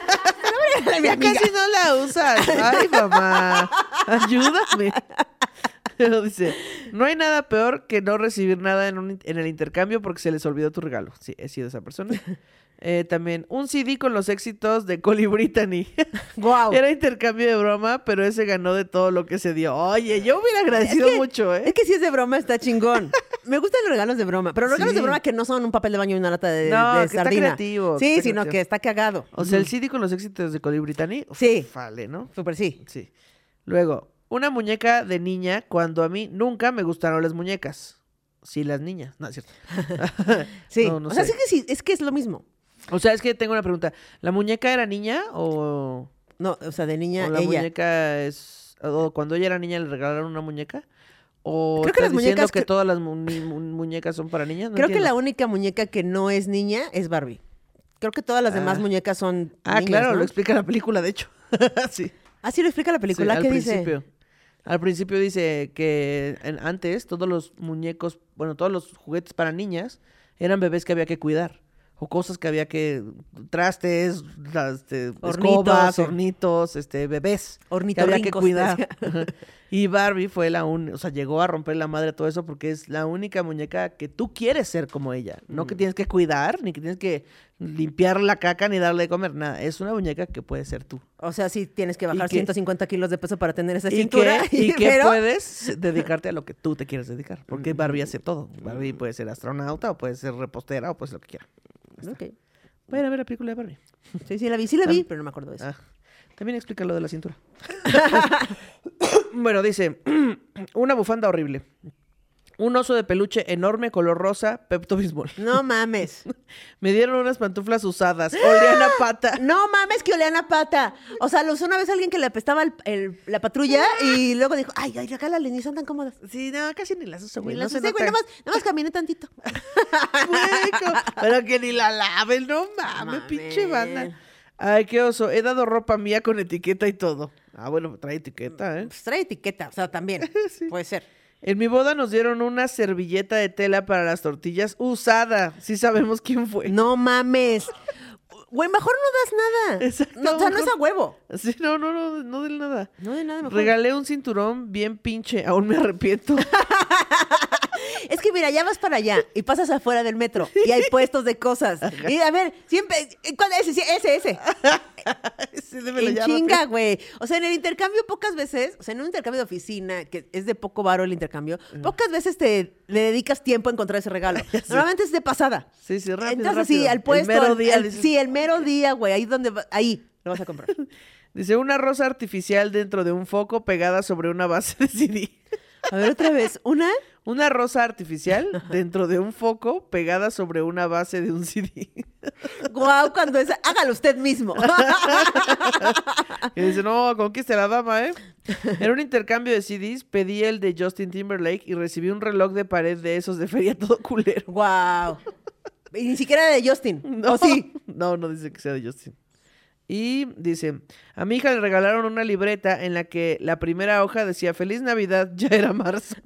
Speaker 1: Ya casi no la usas. Ay, mamá, ayúdame. Pero dice, no hay nada peor que no recibir nada en el intercambio porque se les olvidó tu regalo. Sí, he sido esa persona. También, un CD con los éxitos de Coli Brittany.
Speaker 2: Wow.
Speaker 1: Era intercambio de broma, pero ese ganó de todo lo que se dio. Oye, yo hubiera agradecido mucho, ¿eh?
Speaker 2: Es que si es de broma, está chingón. Me gustan los regalos de broma, pero regalos de broma que no son un papel de baño y una lata de
Speaker 1: que
Speaker 2: sardina.
Speaker 1: Está creativo.
Speaker 2: Sí, sino que está cagado.
Speaker 1: O sea, el CD con los éxitos de Coli Brittany.
Speaker 2: Sí.
Speaker 1: Vale, ¿no?
Speaker 2: Súper sí.
Speaker 1: Sí. Luego, una muñeca de niña cuando a mí nunca me gustaron las muñecas. Sí, las niñas. No, es cierto.
Speaker 2: Sí.
Speaker 1: No
Speaker 2: o sea,
Speaker 1: sé.
Speaker 2: sí, es que es lo mismo.
Speaker 1: O sea, es que tengo una pregunta. ¿La muñeca era niña o...?
Speaker 2: No, o sea, de niña,
Speaker 1: ¿O la
Speaker 2: ella.
Speaker 1: muñeca es... o cuando ella era niña le regalaron una muñeca? ¿O
Speaker 2: creo que las
Speaker 1: diciendo
Speaker 2: muñecas
Speaker 1: que todas las muñecas son para niñas? No
Speaker 2: creo que
Speaker 1: entiendo.
Speaker 2: la única muñeca que no es niña es Barbie. Creo que todas las demás muñecas son niñas,
Speaker 1: claro,
Speaker 2: ¿no?
Speaker 1: lo explica la película, de hecho. Sí.
Speaker 2: Ah, sí lo explica la película.
Speaker 1: Sí,
Speaker 2: ¿Qué
Speaker 1: al
Speaker 2: dice?
Speaker 1: principio. Al principio dice que antes todos los muñecos, bueno, todos los juguetes para niñas eran bebés que había que cuidar. O cosas que había que... Trastes, escobas, hornitos, bebés. Que había que cuidar. Y Barbie fue o sea, llegó a romper la madre todo eso porque es la única muñeca que tú quieres ser como ella. No que tienes que cuidar, ni que tienes que limpiar la caca, ni darle de comer, nada. Es una muñeca que puedes ser tú.
Speaker 2: O sea, sí tienes que bajar 150 kilos de peso para tener esa
Speaker 1: Y
Speaker 2: cintura.
Speaker 1: que puedes dedicarte a lo que tú te quieres dedicar. Porque Barbie hace todo. Barbie puede ser astronauta, o puede ser repostera, o puede ser lo que quiera.
Speaker 2: Ok.
Speaker 1: Vayan a ver la película de Barbie.
Speaker 2: Sí, la vi, pero no me acuerdo de eso.
Speaker 1: También explica lo de la cintura. Bueno, dice, una bufanda horrible. Un oso de peluche enorme, color rosa, Pepto-Bismol.
Speaker 2: No mames.
Speaker 1: Me dieron unas pantuflas usadas, olían a pata.
Speaker 2: No mames que olían a pata. O sea, lo usó una vez alguien que le apestaba la patrulla y luego dijo, ay, regálale, ni son tan cómodas.
Speaker 1: Sí, no, casi ni las uso, güey.
Speaker 2: Ni las
Speaker 1: No
Speaker 2: usé, güey, nada más caminé tantito.
Speaker 1: Pero que ni la laven, no mames, pinche banda. Ay, qué oso. He dado ropa mía con etiqueta y todo. Ah, bueno, trae etiqueta, ¿eh?
Speaker 2: Pues trae etiqueta, o sea, también. Sí. Puede ser.
Speaker 1: En mi boda nos dieron una servilleta de tela para las tortillas usada. Sí sabemos quién fue.
Speaker 2: No mames. Güey, mejor no das nada.
Speaker 1: Exacto,
Speaker 2: No, o sea, no es a huevo.
Speaker 1: Sí, no de nada.
Speaker 2: No de nada mejor.
Speaker 1: Regalé un cinturón bien pinche. Aún me arrepiento.
Speaker 2: Es que mira, ya vas para allá y pasas afuera del metro y hay puestos de cosas. Y a ver, siempre, ¿cuál es ese?
Speaker 1: Sí,
Speaker 2: en chinga, güey. O sea, en el intercambio pocas veces, o sea, en un intercambio de oficina, que es de poco varo el intercambio, pocas veces le dedicas tiempo a encontrar ese regalo. Sí. Normalmente es de pasada.
Speaker 1: Sí, rápido.
Speaker 2: Entras así al puesto.
Speaker 1: El mero día.
Speaker 2: El mero día, güey. Ahí lo vas a comprar.
Speaker 1: Dice, una rosa artificial dentro de un foco pegada sobre una base de CD.
Speaker 2: A ver, otra vez.
Speaker 1: Una rosa artificial dentro de un foco pegada sobre una base de un CD.
Speaker 2: Guau, cuando es... Hágalo usted mismo.
Speaker 1: Y dice, no, conquiste la dama, ¿eh? En un intercambio de CDs pedí el de Justin Timberlake y recibí un reloj de pared de esos de feria todo culero.
Speaker 2: Guau. Y ni siquiera de Justin.
Speaker 1: No,
Speaker 2: ¿o sí?
Speaker 1: No dice que sea de Justin. Y dice, a mi hija le regalaron una libreta en la que la primera hoja decía Feliz Navidad, ya era marzo.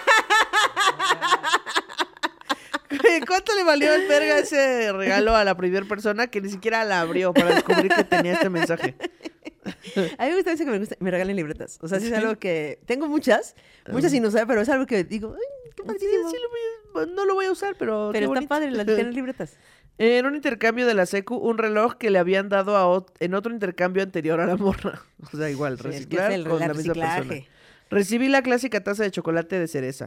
Speaker 1: ¿Cuánto le valió el verga ese regalo a la primera persona que ni siquiera la abrió para descubrir que tenía este mensaje?
Speaker 2: A mí me gusta eso que me regalen libretas. O sea, sí es algo que... Tengo muchas sin usar, pero es algo que digo, ay, qué padrísimo.
Speaker 1: Sí, no lo voy a usar, pero
Speaker 2: está padre tener libretas.
Speaker 1: En un intercambio de la secu, un reloj que le habían dado en otro intercambio anterior a la morra. O sea, igual, reciclar con la misma persona. Recibí la clásica taza de chocolate de cereza.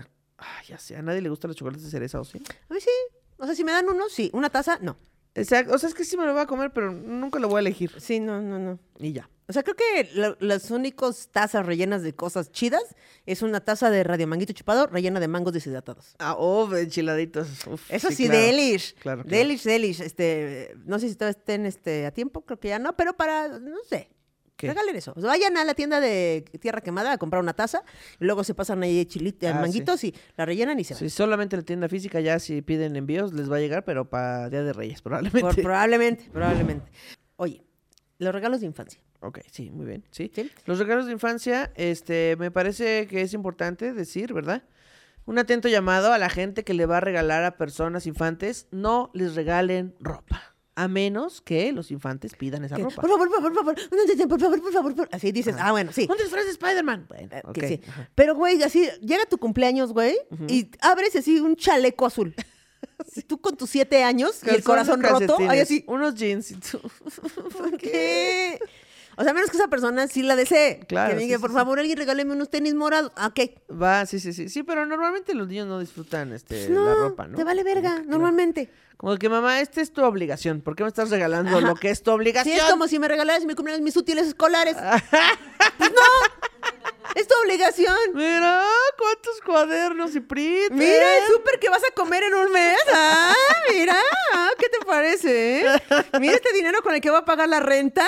Speaker 1: Ya sé, a nadie le gustan los chocolates de cereza, ¿o sí?
Speaker 2: A mí sí. O sea, si me dan uno, sí. Una taza, no.
Speaker 1: Exacto. O sea, es que sí me lo voy a comer, pero nunca lo voy a elegir.
Speaker 2: Sí, no.
Speaker 1: Y ya.
Speaker 2: O sea, creo que las únicas tazas rellenas de cosas chidas es una taza de radiomanguito chupado rellena de mangos deshidratados.
Speaker 1: Enchiladitos. Uf,
Speaker 2: Eso sí,
Speaker 1: claro.
Speaker 2: delish.
Speaker 1: Claro.
Speaker 2: Delish. No sé si todavía estén a tiempo, creo que ya no, pero no sé.
Speaker 1: ¿Qué?
Speaker 2: Regalen eso. O sea, vayan a la tienda de Tierra Quemada a comprar una taza y luego se pasan ahí manguitos
Speaker 1: sí.
Speaker 2: y la rellenan y se van.
Speaker 1: Sí, solamente la tienda física ya si piden envíos les va a llegar, pero para Día de Reyes probablemente.
Speaker 2: Probablemente. Oye, los regalos de infancia.
Speaker 1: Ok, sí, muy bien, sí.
Speaker 2: ¿Sí?
Speaker 1: Los regalos de infancia, me parece que es importante decir, ¿verdad? Un atento llamado a la gente que le va a regalar a personas infantes, no les regalen ropa. A menos que los infantes pidan esa ropa.
Speaker 2: Por favor. Así dices, bueno, sí.
Speaker 1: Un disfraz de Spider-Man. Bueno,
Speaker 2: Que sí. Pero, güey, así, llega tu cumpleaños, güey, y abres así un chaleco azul. Sí. Tú con tus 7 años y el corazón roto, ahí así.
Speaker 1: Unos jeans y tú.
Speaker 2: ¿Por qué? O sea, menos que esa persona sí la desee.
Speaker 1: Claro.
Speaker 2: Que me diga, por favor, alguien regáleme unos tenis morados. Ok.
Speaker 1: Va, sí. Sí, pero normalmente los niños no disfrutan
Speaker 2: no,
Speaker 1: la ropa, ¿no?
Speaker 2: Te vale verga, normalmente.
Speaker 1: Como que, mamá, esta es tu obligación. ¿Por qué me estás regalando lo que es tu obligación?
Speaker 2: Sí, es como si me regalaras en mi cumpleaños mis útiles escolares. Pues no. Es tu obligación.
Speaker 1: Mira, cuántos cuadernos y prints.
Speaker 2: Mira el súper que vas a comer en un mes. Mira, ¿qué te parece? Mira este dinero con el que voy a pagar la renta.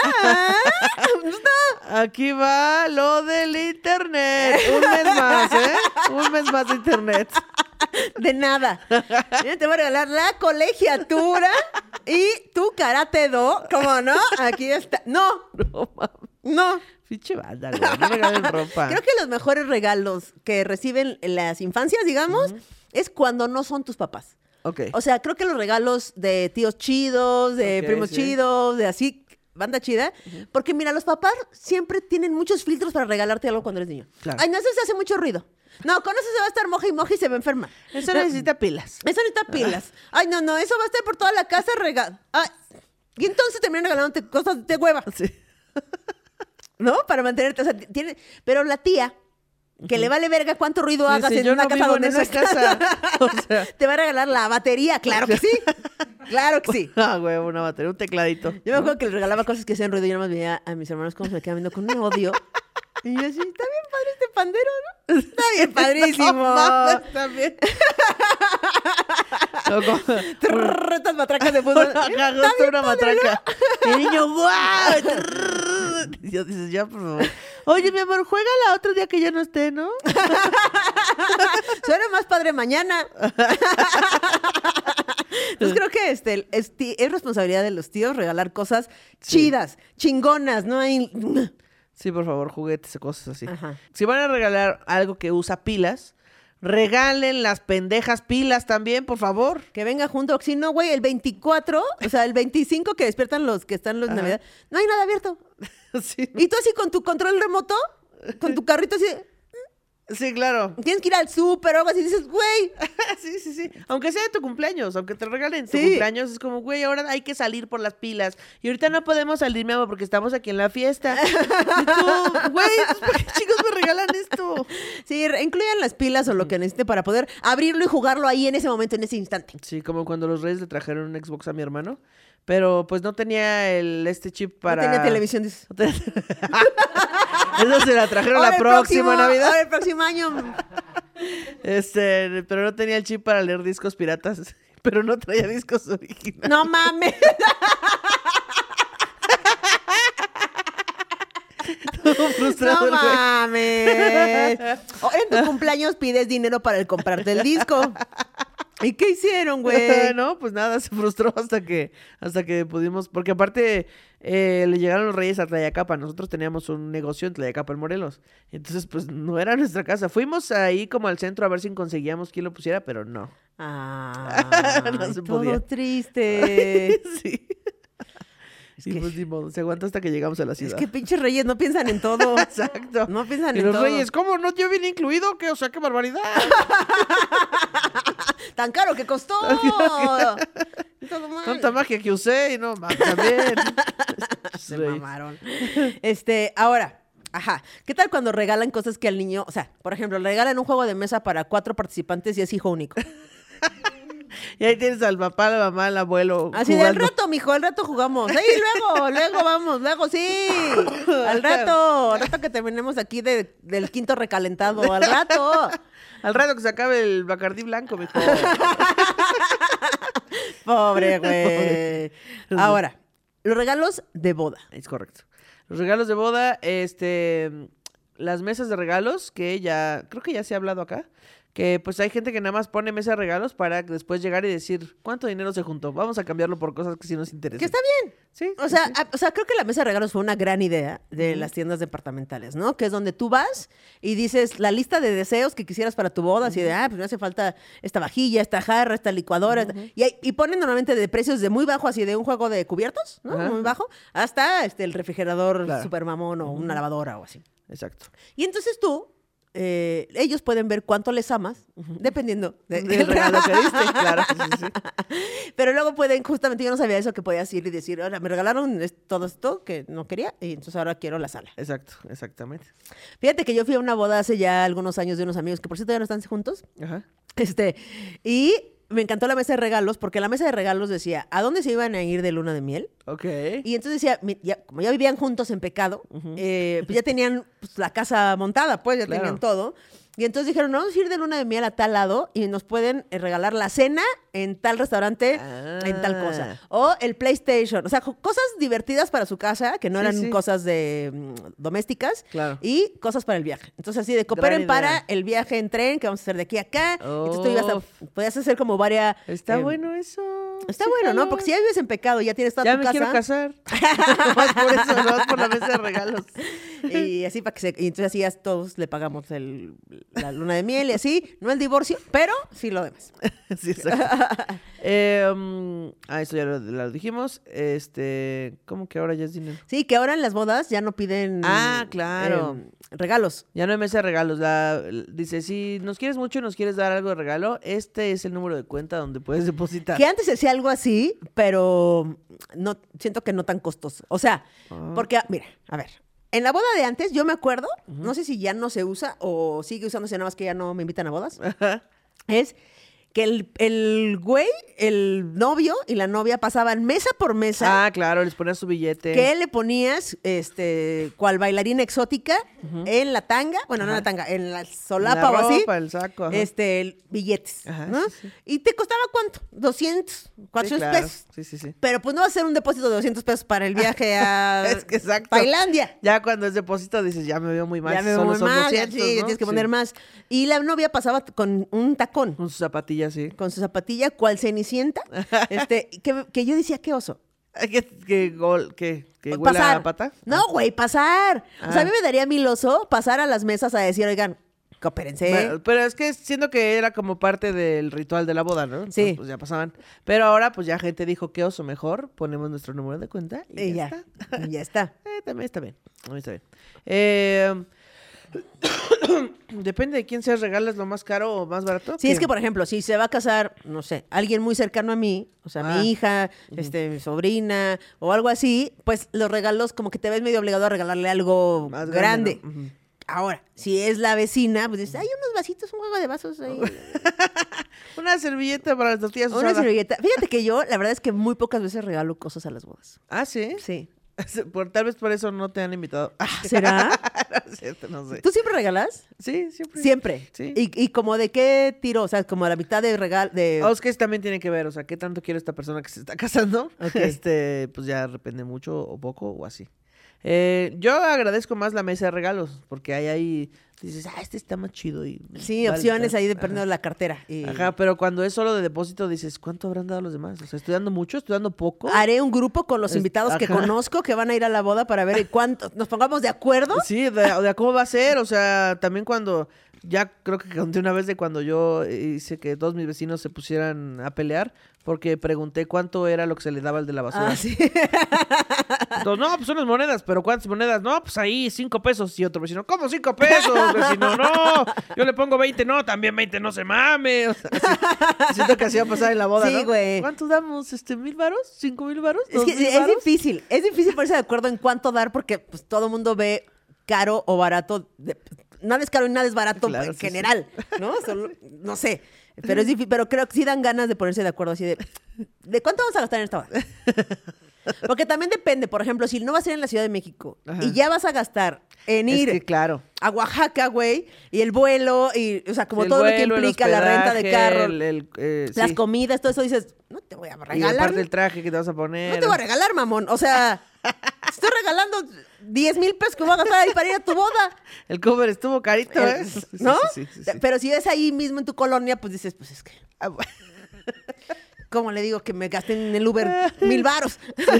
Speaker 1: Aquí va lo del internet. Un mes más, Un mes más de internet.
Speaker 2: De nada. Mira, te voy a regalar la colegiatura y tu karate do. ¿Cómo no? Aquí está. No.
Speaker 1: Pinche banda, güey. No regalen ropa.
Speaker 2: Creo que los mejores regalos que reciben las infancias, digamos, es cuando no son tus papás.
Speaker 1: Ok.
Speaker 2: O sea, creo que los regalos de tíos chidos, de primos chidos, de así, banda chida. Porque mira, los papás siempre tienen muchos filtros para regalarte algo cuando eres niño.
Speaker 1: Claro.
Speaker 2: Ay, no, eso se hace mucho ruido. No, con eso se va a estar moja y se va a enfermar.
Speaker 1: Eso necesita pilas.
Speaker 2: Eso necesita pilas. Ay, no, eso va a estar por toda la casa regado. Y entonces terminan regalándote cosas de hueva.
Speaker 1: Sí.
Speaker 2: ¿No? Para mantenerte, o sea, pero la tía, que le vale verga cuánto ruido hagas en una casa donde no estás, o sea, te va a regalar la batería, claro que sí. Claro que sí.
Speaker 1: Güey, una batería, un tecladito.
Speaker 2: Yo me acuerdo que le regalaba cosas que hacían ruido y yo nada más veía a mis hermanos cómo se me quedaban viendo con un odio. Y yo así, está bien padre este pandero, ¿no? Está bien padrísimo.
Speaker 1: No, mames, está bien.
Speaker 2: Estas matracas de fútbol.
Speaker 1: Una matraca. El niño, ¡guau! Y yo dices, ya, por favor. Oye, mi amor, juégala otro día que ya no esté, ¿no?
Speaker 2: Suena más padre mañana. Entonces creo que es responsabilidad de los tíos regalar cosas chidas, chingonas, ¿no?
Speaker 1: Sí, por favor, juguetes o cosas así.
Speaker 2: Ajá.
Speaker 1: Si van a regalar algo que usa pilas, regalen las pendejas pilas también, por favor.
Speaker 2: Que venga junto. Si no, güey, el 24, o sea, el 25 que despiertan los que están en Navidad, no hay nada abierto.
Speaker 1: Sí.
Speaker 2: Y tú así con tu control remoto, con tu carrito así...
Speaker 1: Sí, claro.
Speaker 2: Tienes que ir al súper o algo así, dices, güey.
Speaker 1: Sí. Aunque sea de tu cumpleaños, aunque te regalen tu cumpleaños, es como, güey, ahora hay que salir por las pilas. Y ahorita no podemos salir, mi amor, porque estamos aquí en la fiesta. Y tú, güey, ¿por qué chicos me regalan esto?
Speaker 2: Sí, incluyan las pilas o lo que necesite para poder abrirlo y jugarlo ahí en ese momento, en ese instante.
Speaker 1: Sí, como cuando los Reyes le trajeron un Xbox a mi hermano, pero pues no tenía este chip para...
Speaker 2: No tenía televisión, dices.
Speaker 1: Eso se la trajeron la próxima Navidad.
Speaker 2: El próximo año.
Speaker 1: Pero no tenía el chip para leer discos piratas, pero no traía discos originales.
Speaker 2: No mames.
Speaker 1: Todo frustrado.
Speaker 2: No mames. O en tu cumpleaños pides dinero para el comprarte el disco. ¿Y qué hicieron, güey?
Speaker 1: No, pues nada, se frustró hasta que pudimos, porque aparte le llegaron los Reyes a Tlayacapa, nosotros teníamos un negocio en Tlayacapa, en Morelos, entonces pues no era nuestra casa, fuimos ahí como al centro a ver si conseguíamos quien lo pusiera, pero no.
Speaker 2: No
Speaker 1: se
Speaker 2: todo
Speaker 1: podía.
Speaker 2: Triste.
Speaker 1: Sí. Pues ni modo, se aguanta hasta que llegamos a la ciudad.
Speaker 2: Es que pinches Reyes no piensan en todo.
Speaker 1: Exacto.
Speaker 2: No piensan
Speaker 1: y
Speaker 2: en
Speaker 1: los
Speaker 2: todo.
Speaker 1: Reyes, ¿cómo? ¿No yo viene incluido? ¿Qué? O sea, qué barbaridad.
Speaker 2: Tan caro que costó. Todo mal.
Speaker 1: Tanta magia que usé y no, también.
Speaker 2: Se mamaron. Ahora, Ajá. ¿Qué tal cuando regalan cosas que al niño, o sea, por ejemplo, le regalan un juego de mesa para 4 participantes y es hijo único?
Speaker 1: Y ahí tienes al papá, la mamá, el abuelo.
Speaker 2: Así de al rato, mijo, al rato jugamos. Sí, luego vamos, luego sí. Al rato que terminemos aquí del quinto recalentado, al rato.
Speaker 1: Al rato que se acabe el Bacardí blanco, mijo.
Speaker 2: Pobre, güey. Ahora, los regalos de boda.
Speaker 1: Es correcto. Los regalos de boda, las mesas de regalos, que creo que ya se ha hablado acá, que pues hay gente que nada más pone mesa de regalos para después llegar y decir, ¿cuánto dinero se juntó? Vamos a cambiarlo por cosas que sí nos interesan.
Speaker 2: Que está bien.
Speaker 1: Sí.
Speaker 2: O sea, creo que la mesa de regalos fue una gran idea de las tiendas departamentales, ¿no? Que es donde tú vas y dices la lista de deseos que quisieras para tu boda, así de, pues me hace falta esta vajilla, esta jarra, esta licuadora, y ponen normalmente de precios de muy bajo, así de un juego de cubiertos, ¿no? Muy bajo, hasta el refrigerador super mamón o una lavadora o así.
Speaker 1: Exacto.
Speaker 2: Y entonces tú, ellos pueden ver cuánto les amas, dependiendo
Speaker 1: del regalo que diste, claro. Sí.
Speaker 2: Pero luego pueden, justamente yo no sabía eso, que podías ir y decir, ahora me regalaron todo esto que no quería y entonces ahora quiero la sala.
Speaker 1: Exacto, exactamente.
Speaker 2: Fíjate que yo fui a una boda hace ya algunos años de unos amigos que por cierto ya no están juntos.
Speaker 1: Ajá.
Speaker 2: Y me encantó la mesa de regalos porque la mesa de regalos decía a dónde se iban a ir de luna de miel.
Speaker 1: Ok.
Speaker 2: Y entonces decía, como ya vivían juntos en pecado, pues ya tenían la casa montada, pues ya tenían todo. Y entonces dijeron, no, vamos a ir de luna de miel a tal lado y nos pueden regalar la cena en tal restaurante, en tal cosa. O el PlayStation. O sea, cosas divertidas para su casa, que no eran cosas domésticas.
Speaker 1: Claro.
Speaker 2: Y cosas para el viaje. Entonces, así de cooperen para el viaje en tren, que vamos a hacer de aquí a acá. Entonces tú podías hacer como varias...
Speaker 1: Está bueno eso.
Speaker 2: Está bueno, ¿no? Porque si ya vives en pecado, ya tienes toda tu casa.
Speaker 1: Ya me quiero casar. Más por eso, no por la mesa de regalos.
Speaker 2: Y así y entonces así ya todos le pagamos la luna de miel y así, no el divorcio, pero sí lo demás.
Speaker 1: Sí, exacto. Eso ya lo dijimos. ¿Cómo que ahora ya es dinero?
Speaker 2: Sí, que ahora en las bodas ya no piden
Speaker 1: claro.
Speaker 2: Regalos.
Speaker 1: Ya no hay mesa de regalos. Dice, si nos quieres mucho y nos quieres dar algo de regalo, este es el número de cuenta donde puedes depositar.
Speaker 2: Que antes decía algo así, pero no siento que no tan costoso. O sea, porque, mira, a ver. En la boda de antes, yo me acuerdo, no sé si ya no se usa o sigue usándose, nada más que ya no me invitan a bodas, es que el güey, el novio y la novia pasaban mesa por mesa.
Speaker 1: Ah, claro, les ponías su billete.
Speaker 2: Que le ponías, cual bailarina exótica en la tanga, bueno, no en la tanga, en la solapa o así.
Speaker 1: El saco,
Speaker 2: billetes,
Speaker 1: ajá,
Speaker 2: ¿no?
Speaker 1: Sí.
Speaker 2: ¿Y te costaba cuánto? 200, 400 pesos.
Speaker 1: Sí.
Speaker 2: Pero pues no va a ser un depósito de 200 pesos para el viaje a
Speaker 1: Es que exacto.
Speaker 2: Tailandia.
Speaker 1: Ya cuando es depósito dices, ya me veo muy mal.
Speaker 2: Ya me veo muy mal,
Speaker 1: 200,
Speaker 2: sí,
Speaker 1: ¿no?
Speaker 2: tienes que poner más. Y la novia pasaba con un tacón.
Speaker 1: Con su zapatilla, sí.
Speaker 2: Con su zapatilla, cual cenicienta. Que yo decía, qué oso.
Speaker 1: ¿Que huele
Speaker 2: Pasar.
Speaker 1: a pata?
Speaker 2: No, güey, pasar. O sea, a mí me daría mil oso pasar a las mesas a decir, oigan, coopérense.
Speaker 1: Bueno, pero es que siento que era como parte del ritual de la boda, ¿no? Entonces,
Speaker 2: Sí.
Speaker 1: pues ya pasaban. Pero ahora, pues ya gente dijo, qué oso, mejor ponemos nuestro número de cuenta y ya está.
Speaker 2: Y ya está.
Speaker 1: También está bien. También está bien. Depende de quién se regalas lo más caro o más barato.
Speaker 2: Sí, es que, por ejemplo, si se va a casar, no sé, alguien muy cercano a mí, o sea, mi hija, mi sobrina o algo así, pues los regalos como que te ves medio obligado a regalarle algo
Speaker 1: Más
Speaker 2: grande.
Speaker 1: ¿no?
Speaker 2: Ahora, si es la vecina, pues dices, hay unos vasitos, un juego de vasos ahí.
Speaker 1: Una servilleta para las tortillas
Speaker 2: Una
Speaker 1: usadas.
Speaker 2: servilleta. Fíjate que yo, la verdad es que muy pocas veces regalo cosas a las bodas.
Speaker 1: Ah, ¿sí?
Speaker 2: Sí.
Speaker 1: Tal vez por eso no te han invitado.
Speaker 2: ¿Será?
Speaker 1: No es cierto, no sé.
Speaker 2: ¿Tú siempre regalas?
Speaker 1: Sí, siempre.
Speaker 2: Siempre.
Speaker 1: Sí.
Speaker 2: ¿Y como de qué tiro? O sea, como a la mitad de regalo.
Speaker 1: Es que también tiene que ver, o sea, qué tanto quiere esta persona que se está casando.
Speaker 2: Ok.
Speaker 1: Pues ya depende mucho o poco o así. Yo agradezco más la mesa de regalos, porque ahí dices, este está más chido.
Speaker 2: Sí, opciones ahí dependiendo de la cartera.
Speaker 1: Ajá, pero cuando es solo de depósito dices, ¿cuánto habrán dado los demás? O sea, ¿estoy dando mucho? ¿Estoy dando poco?
Speaker 2: Haré un grupo con los invitados que conozco que van a ir a la boda para ver cuánto. Nos pongamos de acuerdo.
Speaker 1: Sí, de cómo va a ser. O sea, también cuando... Ya creo que conté una vez de cuando yo hice que todos mis vecinos se pusieran a pelear porque pregunté cuánto era lo que se le daba al de la basura.
Speaker 2: Ah, sí.
Speaker 1: Entonces, no, pues unas monedas, pero ¿cuántas monedas? No, pues ahí 5 pesos. Y otro vecino, ¿cómo 5 pesos, vecino? No, yo le pongo 20, no, también 20, no se mame. O sea, siento que así va a pasar en la boda,
Speaker 2: sí,
Speaker 1: ¿no?
Speaker 2: Güey.
Speaker 1: ¿Cuánto damos? ¿1,000 varos? ¿5,000 varos?
Speaker 2: Es que es difícil ponerse de acuerdo en cuánto dar porque pues todo el mundo ve caro o barato. Nada es caro y nada es barato
Speaker 1: Claro,
Speaker 2: en
Speaker 1: sí,
Speaker 2: general, ¿no? No sé. Pero es difícil, pero creo que sí dan ganas de ponerse de acuerdo así ¿de cuánto vamos a gastar en esta boda? Porque también depende, por ejemplo, si no vas a ir en la Ciudad de México y ya vas a gastar en ir
Speaker 1: claro.
Speaker 2: a Oaxaca, güey, y el vuelo, y, o sea, como todo lo que implica la renta de carro, las comidas, todo eso, dices, no te voy a regalar.
Speaker 1: Y aparte el traje que te vas a poner.
Speaker 2: No te voy a regalar, mamón. O sea, estoy regalando 10,000 pesos que voy a gastar ahí para ir a tu boda.
Speaker 1: El cover estuvo carito, ¿eh?
Speaker 2: ¿No?
Speaker 1: Sí.
Speaker 2: Pero si ves ahí mismo en tu colonia, pues dices, pues es que... ¿Cómo le digo que me gasten en el Uber 1,000 varos?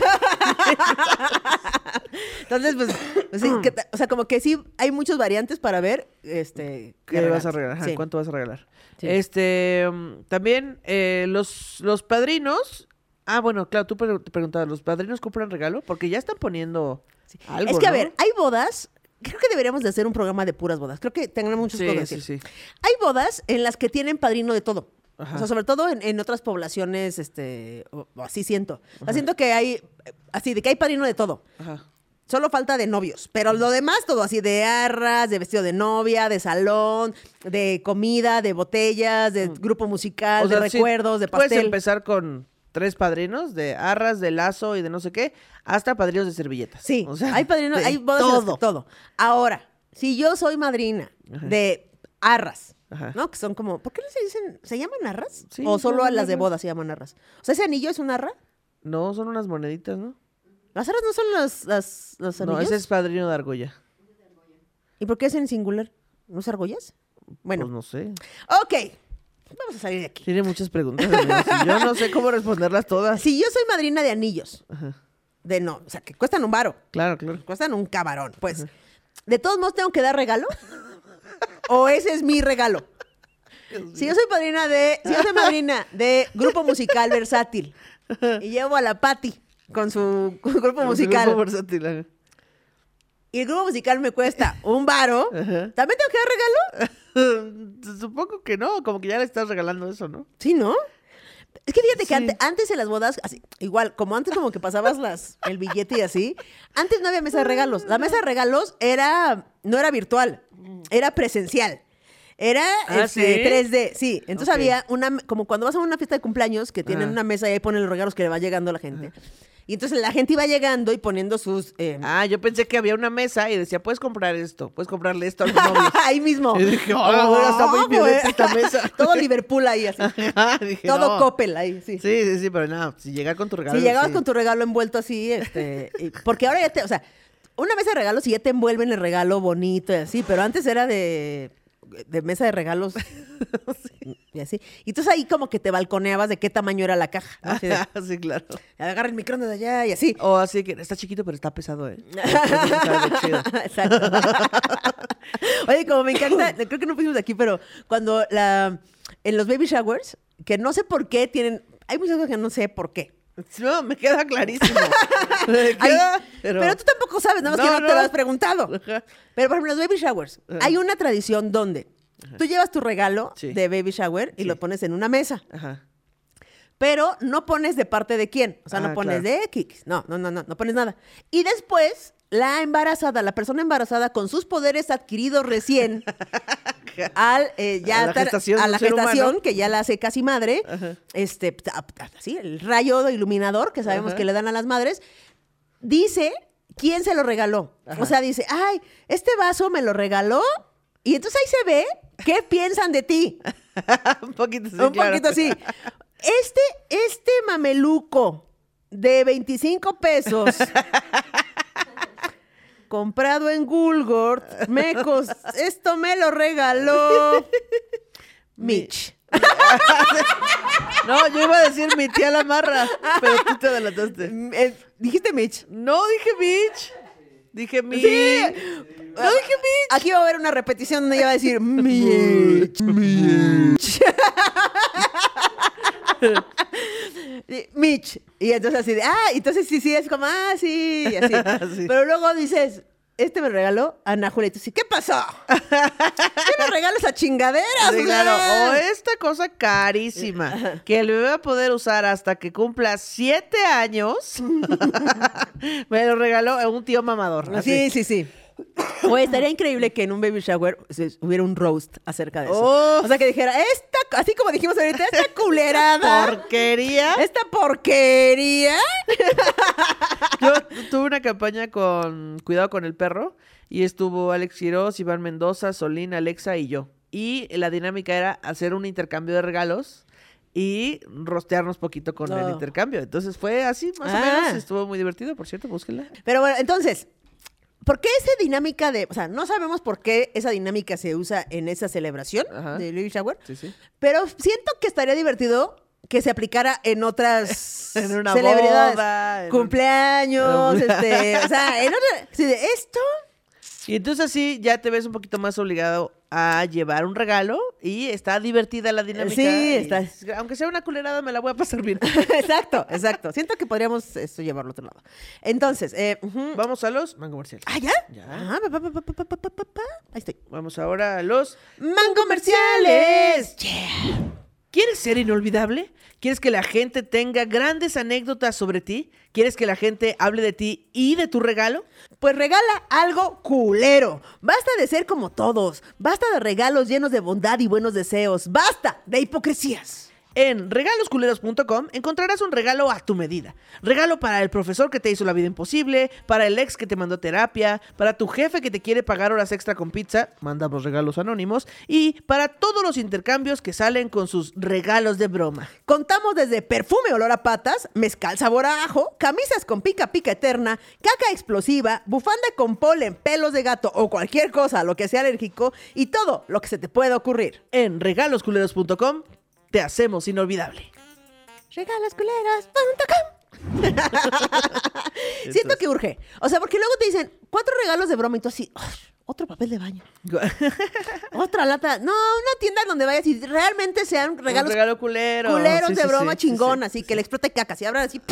Speaker 2: Entonces, pues sí, o sea, como que sí hay muchas variantes para ver
Speaker 1: ¿qué vas a regalar?
Speaker 2: Sí.
Speaker 1: ¿Cuánto vas a regalar?
Speaker 2: Sí.
Speaker 1: También los padrinos. Ah, bueno, claro, tú te preguntabas, ¿los padrinos compran regalo? Porque ya están poniendo algo,
Speaker 2: es que,
Speaker 1: ¿no?
Speaker 2: a ver, hay bodas. Creo que deberíamos de hacer un programa de puras bodas. Creo que tengan muchas cosas.
Speaker 1: Sí.
Speaker 2: Hay bodas en las que tienen padrino de todo.
Speaker 1: Ajá.
Speaker 2: O sea, sobre todo en otras poblaciones, o así siento. O sea, siento que hay, así, de que hay padrino de todo.
Speaker 1: Ajá.
Speaker 2: Solo falta de novios, pero lo demás todo así, de arras, de vestido de novia, de salón, de comida, de botellas, de grupo musical,
Speaker 1: O sea,
Speaker 2: de recuerdos, de pastel.
Speaker 1: Puedes empezar con 3 padrinos, de arras, de lazo y de no sé qué, hasta padrinos de servilletas.
Speaker 2: Sí,
Speaker 1: o sea,
Speaker 2: hay padrinos, hay bodas en las que todo. Ahora, si yo soy madrina de arras,
Speaker 1: Ajá.
Speaker 2: ¿no? Que son como, ¿por qué no se dicen? ¿Se llaman arras?
Speaker 1: Sí,
Speaker 2: ¿O solo
Speaker 1: son
Speaker 2: a las de
Speaker 1: arras.
Speaker 2: boda se llaman arras? O sea, ¿ese anillo es un arra?
Speaker 1: No, son unas moneditas, ¿no?
Speaker 2: ¿Las arras no son los anillos?
Speaker 1: No, ese es padrino de argolla.
Speaker 2: ¿Y por qué es en singular? ¿No es argollas? Bueno,
Speaker 1: Pues no sé.
Speaker 2: ok, vamos a salir de aquí.
Speaker 1: Tiene muchas preguntas, amigos, y yo no sé cómo responderlas todas.
Speaker 2: Si yo soy madrina de anillos,
Speaker 1: Ajá.
Speaker 2: o sea, que cuestan un varo,
Speaker 1: Claro.
Speaker 2: cuestan un camarón, pues, ¿de todos modos tengo que dar regalo? ¿O ese es mi regalo? Si yo soy madrina de grupo musical versátil y llevo a la Patti con su grupo musical
Speaker 1: Grupo versátil, ajá.
Speaker 2: y el grupo musical me cuesta un varo, ¿también tengo que dar regalo?
Speaker 1: Supongo que no, como que ya le estás regalando eso, ¿no?
Speaker 2: Sí, ¿no? Es que fíjate
Speaker 1: Sí.
Speaker 2: que antes en las bodas, así, igual, como antes como que pasabas el billete y así, antes no había mesa de regalos. La mesa de regalos no era virtual, era presencial. Era
Speaker 1: ¿Sí?
Speaker 2: 3D, sí. Entonces
Speaker 1: Ok.
Speaker 2: había como cuando vas a una fiesta de cumpleaños que tienen una mesa y ahí ponen los regalos que le va llegando a la gente. Y entonces la gente iba llegando y poniendo sus...
Speaker 1: Yo pensé que había una mesa y decía, puedes comprar esto, puedes comprarle esto a los novios.
Speaker 2: ahí mismo.
Speaker 1: Y dije, bueno, está muy violenta esta mesa.
Speaker 2: Todo Liverpool ahí, así.
Speaker 1: Dije,
Speaker 2: Todo
Speaker 1: no.
Speaker 2: Coppel ahí, sí.
Speaker 1: Sí, pero nada, si llegas con tu regalo.
Speaker 2: Si llegabas
Speaker 1: sí.
Speaker 2: con tu regalo envuelto así, porque ahora o sea, una mesa de regalos y ya te envuelven el regalo bonito y así, pero antes era de mesa de regalos y así. Y entonces ahí como que te balconeabas de qué tamaño era la caja, ¿no? Así de,
Speaker 1: Sí, claro.
Speaker 2: agarra el microondas de allá y así.
Speaker 1: O así que está chiquito, pero está pesado, ¿eh? Está de chido.
Speaker 2: Exacto. Oye, como me encanta, creo que no pusimos aquí, pero cuando en los baby showers, que no sé por qué hay muchas cosas que no sé por qué.
Speaker 1: No, me queda clarísimo.
Speaker 2: Pero tú tampoco sabes, nada más que no te lo has preguntado.
Speaker 1: Ajá.
Speaker 2: Pero, por ejemplo, los baby showers, hay una tradición donde tú llevas tu regalo
Speaker 1: Sí.
Speaker 2: de baby shower y
Speaker 1: Sí.
Speaker 2: lo pones en una mesa,
Speaker 1: Ajá.
Speaker 2: pero no pones de parte de quién. O sea, no pones
Speaker 1: claro.
Speaker 2: de X. No pones nada. Y después, la persona embarazada con sus poderes adquiridos recién a la gestación, que ya la hace casi madre, así, el rayo iluminador que sabemos que le dan a las madres, dice quién se lo regaló.
Speaker 1: Ajá.
Speaker 2: O sea, dice, ay, este vaso me lo regaló, y entonces ahí se ve qué piensan de ti.
Speaker 1: Un poquito así,
Speaker 2: Un
Speaker 1: claro.
Speaker 2: poquito así. Este mameluco de 25 pesos comprado en Gulgort, esto me lo regaló Mitch.
Speaker 1: No, yo iba a decir mi tía la marra, pero tú te adelantaste.
Speaker 2: ¿Dijiste Mitch?
Speaker 1: No, dije Mitch. Dije Mitch.
Speaker 2: Sí.
Speaker 1: No dije Mitch.
Speaker 2: Aquí va a haber una repetición donde ella va a decir Mitch. Mitch. Y entonces así de, entonces sí, es como, sí, y así.
Speaker 1: Sí.
Speaker 2: Pero luego dices, me regaló Ana Julia. Y tú sí, ¿qué pasó? ¿Qué me regalas a chingaderas?
Speaker 1: Sí,
Speaker 2: O sea,
Speaker 1: claro. O esta cosa carísima que el bebé va a poder usar hasta que cumpla 7 años. Me lo regaló un tío mamador. así.
Speaker 2: Sí. Güey, estaría increíble que en un baby shower hubiera un roast acerca de eso. O sea, que dijera, así como dijimos ahorita, esta culerada.
Speaker 1: ¿Porquería?
Speaker 2: Esta porquería.
Speaker 1: Yo tuve una campaña con Cuidado con el Perro y estuvo Alex Quiroz, Iván Mendoza, Solín, Alexa y yo. Y la dinámica era hacer un intercambio de regalos y rostearnos poquito con el intercambio. Entonces fue así, más o menos. Estuvo muy divertido, por cierto, búsquenla.
Speaker 2: Pero bueno, entonces, ¿por qué esa dinámica o sea, no sabemos por qué esa dinámica se usa en esa celebración de baby shower?
Speaker 1: Sí.
Speaker 2: Pero siento que estaría divertido que se aplicara en otras
Speaker 1: en una
Speaker 2: celebridades.
Speaker 1: Boda,
Speaker 2: cumpleaños, o sea, en otra... Sí, de esto...
Speaker 1: Y entonces así ya te ves un poquito más obligado a llevar un regalo y está divertida la dinámica.
Speaker 2: Sí, está.
Speaker 1: Aunque sea una culerada, me la voy a pasar bien.
Speaker 2: Exacto. Siento que podríamos esto llevarlo a otro lado. Entonces,
Speaker 1: vamos a los mangomerciales.
Speaker 2: ¿Ah, ya?
Speaker 1: Ya.
Speaker 2: Ahí estoy.
Speaker 1: Vamos ahora a los
Speaker 2: mangomerciales. Yeah.
Speaker 1: ¿Quieres ser inolvidable? ¿Quieres que la gente tenga grandes anécdotas sobre ti? ¿Quieres que la gente hable de ti y de tu regalo?
Speaker 2: Pues regala algo culero. Basta de ser como todos. Basta de regalos llenos de bondad y buenos deseos. Basta de hipocresías.
Speaker 1: En regalosculeros.com encontrarás un regalo a tu medida. Regalo para el profesor que te hizo la vida imposible, para el ex que te mandó terapia, para tu jefe que te quiere pagar horas extra con pizza, mandamos regalos anónimos, y para todos los intercambios que salen con sus regalos de broma.
Speaker 2: Contamos desde perfume olor a patas, mezcal sabor a ajo, camisas con pica pica eterna, caca explosiva, bufanda con polen, pelos de gato o cualquier cosa a lo que sea alérgico y todo lo que se te pueda ocurrir.
Speaker 1: En regalosculeros.com te hacemos inolvidable.
Speaker 2: Regalosculeros.com. Siento que urge. O sea, porque luego te dicen 4 regalos de broma y tú así, otro papel de baño. Otra lata. No, una tienda donde vayas y realmente sean regalos.
Speaker 1: Un regalo culero.
Speaker 2: Culeros de broma chingón, así que le explote caca. Si abran así.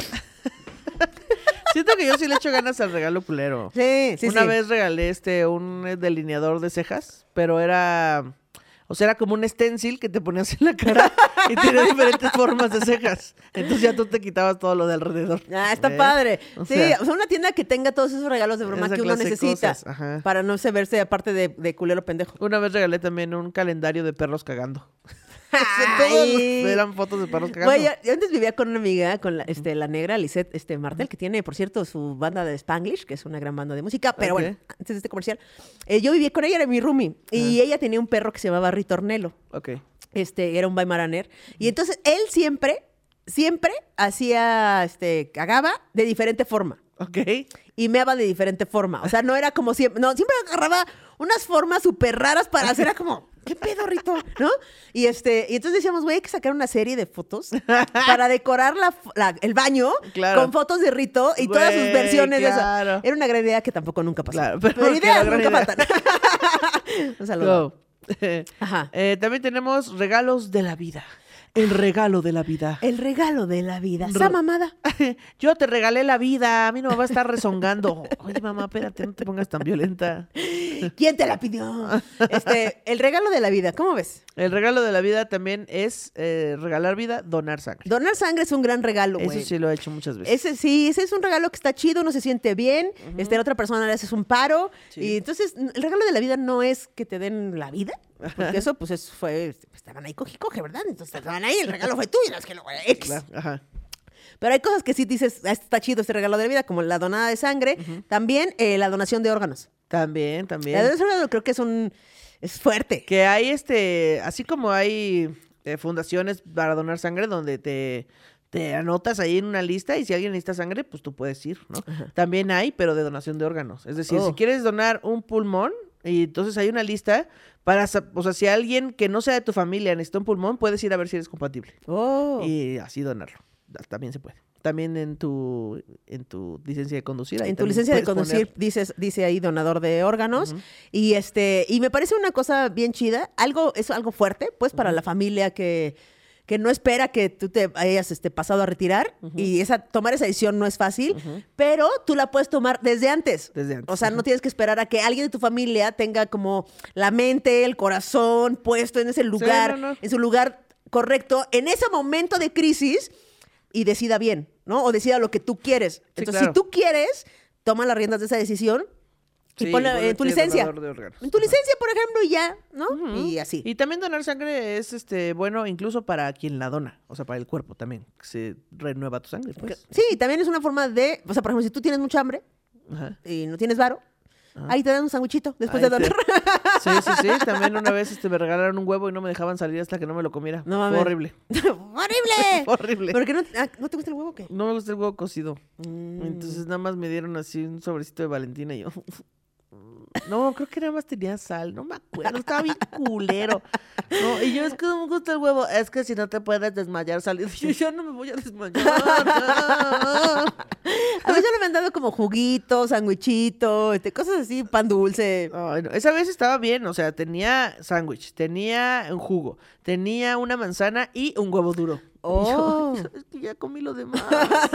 Speaker 1: Siento que yo sí le echo ganas al regalo culero.
Speaker 2: Sí.
Speaker 1: Una vez regalé un delineador de cejas, pero era... O sea, era como un stencil que te ponías en la cara y tiene diferentes formas de cejas. Entonces ya tú te quitabas todo lo de alrededor.
Speaker 2: Está padre. O sea, una tienda que tenga todos esos regalos de broma que uno necesita para no verse aparte de culero pendejo.
Speaker 1: Una vez regalé también un calendario de perros cagando. Todos eran fotos de perros cagando.
Speaker 2: Güey, yo antes vivía con una amiga, con la negra, Lisette Martel, que tiene, por cierto, su banda de Spanglish, que es una gran banda de música. Pero bueno, antes de este comercial, yo vivía con ella, era mi roomie. Y ella tenía un perro que se llamaba Ritornello.
Speaker 1: Ok.
Speaker 2: Era un Weimaraner. Y entonces él siempre hacía, cagaba de diferente forma.
Speaker 1: Ok.
Speaker 2: Y meaba de diferente forma. O sea, no era como siempre. No, siempre agarraba unas formas súper raras para hacer. Era como, ¿qué pedo, Rito? ¿No? Y entonces decíamos, güey, hay que sacar una serie de fotos para decorar el baño con fotos de Rito y todas sus versiones de eso. Era una gran idea que tampoco nunca pasó.
Speaker 1: Claro,
Speaker 2: pero ideas nunca faltan. Un saludo.
Speaker 1: Ajá. También tenemos regalos de la vida. El regalo de la vida.
Speaker 2: El regalo de la vida. ¡Esa mamada!
Speaker 1: Yo te regalé la vida. A mí no me va a estar rezongando. Oye, mamá, espérate, no te pongas tan violenta.
Speaker 2: ¿Quién te la pidió? El regalo de la vida, ¿cómo ves?
Speaker 1: El regalo de la vida también es regalar vida, donar sangre.
Speaker 2: Donar sangre es un gran regalo, güey.
Speaker 1: Eso sí lo he hecho muchas veces.
Speaker 2: Ese es un regalo que está chido, uno se siente bien. La otra persona le haces un paro. Sí. Y entonces, el regalo de la vida no es que te den la vida. Porque eso, pues, estaban ahí coge, ¿verdad? Entonces estaban ahí, el regalo fue tuyo, no es que lo X.
Speaker 1: Ajá.
Speaker 2: Pero hay cosas que sí dices, está chido este regalo de la vida, como la donada de sangre. También la donación de órganos.
Speaker 1: También.
Speaker 2: La donación de órganos creo que es fuerte.
Speaker 1: Que hay así como hay fundaciones para donar sangre donde te anotas ahí en una lista y si alguien necesita sangre, pues tú puedes ir, ¿no? Ajá. También hay, pero de donación de órganos. Es decir, si quieres donar un pulmón, y entonces hay una lista o sea, si alguien que no sea de tu familia necesita un pulmón, puedes ir a ver si eres compatible. Y así donarlo. También se puede. También en tu licencia de conducir.
Speaker 2: En tu licencia de conducir dice ahí donador de órganos. Y me parece una cosa bien chida. Es algo fuerte, pues, para la familia que no espera que tú te hayas pasado a retirar. Y tomar esa decisión no es fácil, pero tú la puedes tomar desde antes. O sea, no tienes que esperar a que alguien de tu familia tenga como la mente, el corazón puesto en ese lugar, en su lugar correcto, en ese momento de crisis y decida bien, ¿no? O decida lo que tú quieres. Entonces, si tú quieres, toma las riendas de esa decisión Y ponle en tu licencia. En tu licencia, por ejemplo, y ya, ¿no? Y así.
Speaker 1: Y también donar sangre es bueno incluso para quien la dona. O sea, para el cuerpo también. Se renueva tu sangre, pues.
Speaker 2: Sí, también es una forma de. O sea, por ejemplo, si tú tienes mucha hambre y no tienes varo, ahí te dan un sándwichito después de donar.
Speaker 1: Sí. También una vez me regalaron un huevo y no me dejaban salir hasta que no me lo comiera.
Speaker 2: No,
Speaker 1: fue horrible.
Speaker 2: ¡Horrible!
Speaker 1: Horrible.
Speaker 2: ¿Por qué no te gusta el huevo o qué?
Speaker 1: No me gusta el huevo cocido. Entonces nada más me dieron así un sobrecito de Valentina y yo... No, creo que nada más tenía sal, no me acuerdo, estaba bien culero. No, y yo, es que no me gusta el huevo, es que si no te puedes desmayar saliendo. Yo no me voy a desmayar.
Speaker 2: A mí solo me han dado como juguito, sandwichito, cosas así, pan dulce.
Speaker 1: Ay, no. Esa vez estaba bien, o sea, tenía sándwich, tenía un jugo, tenía una manzana y un huevo duro.
Speaker 2: Oh.
Speaker 1: Es que ya comí lo demás.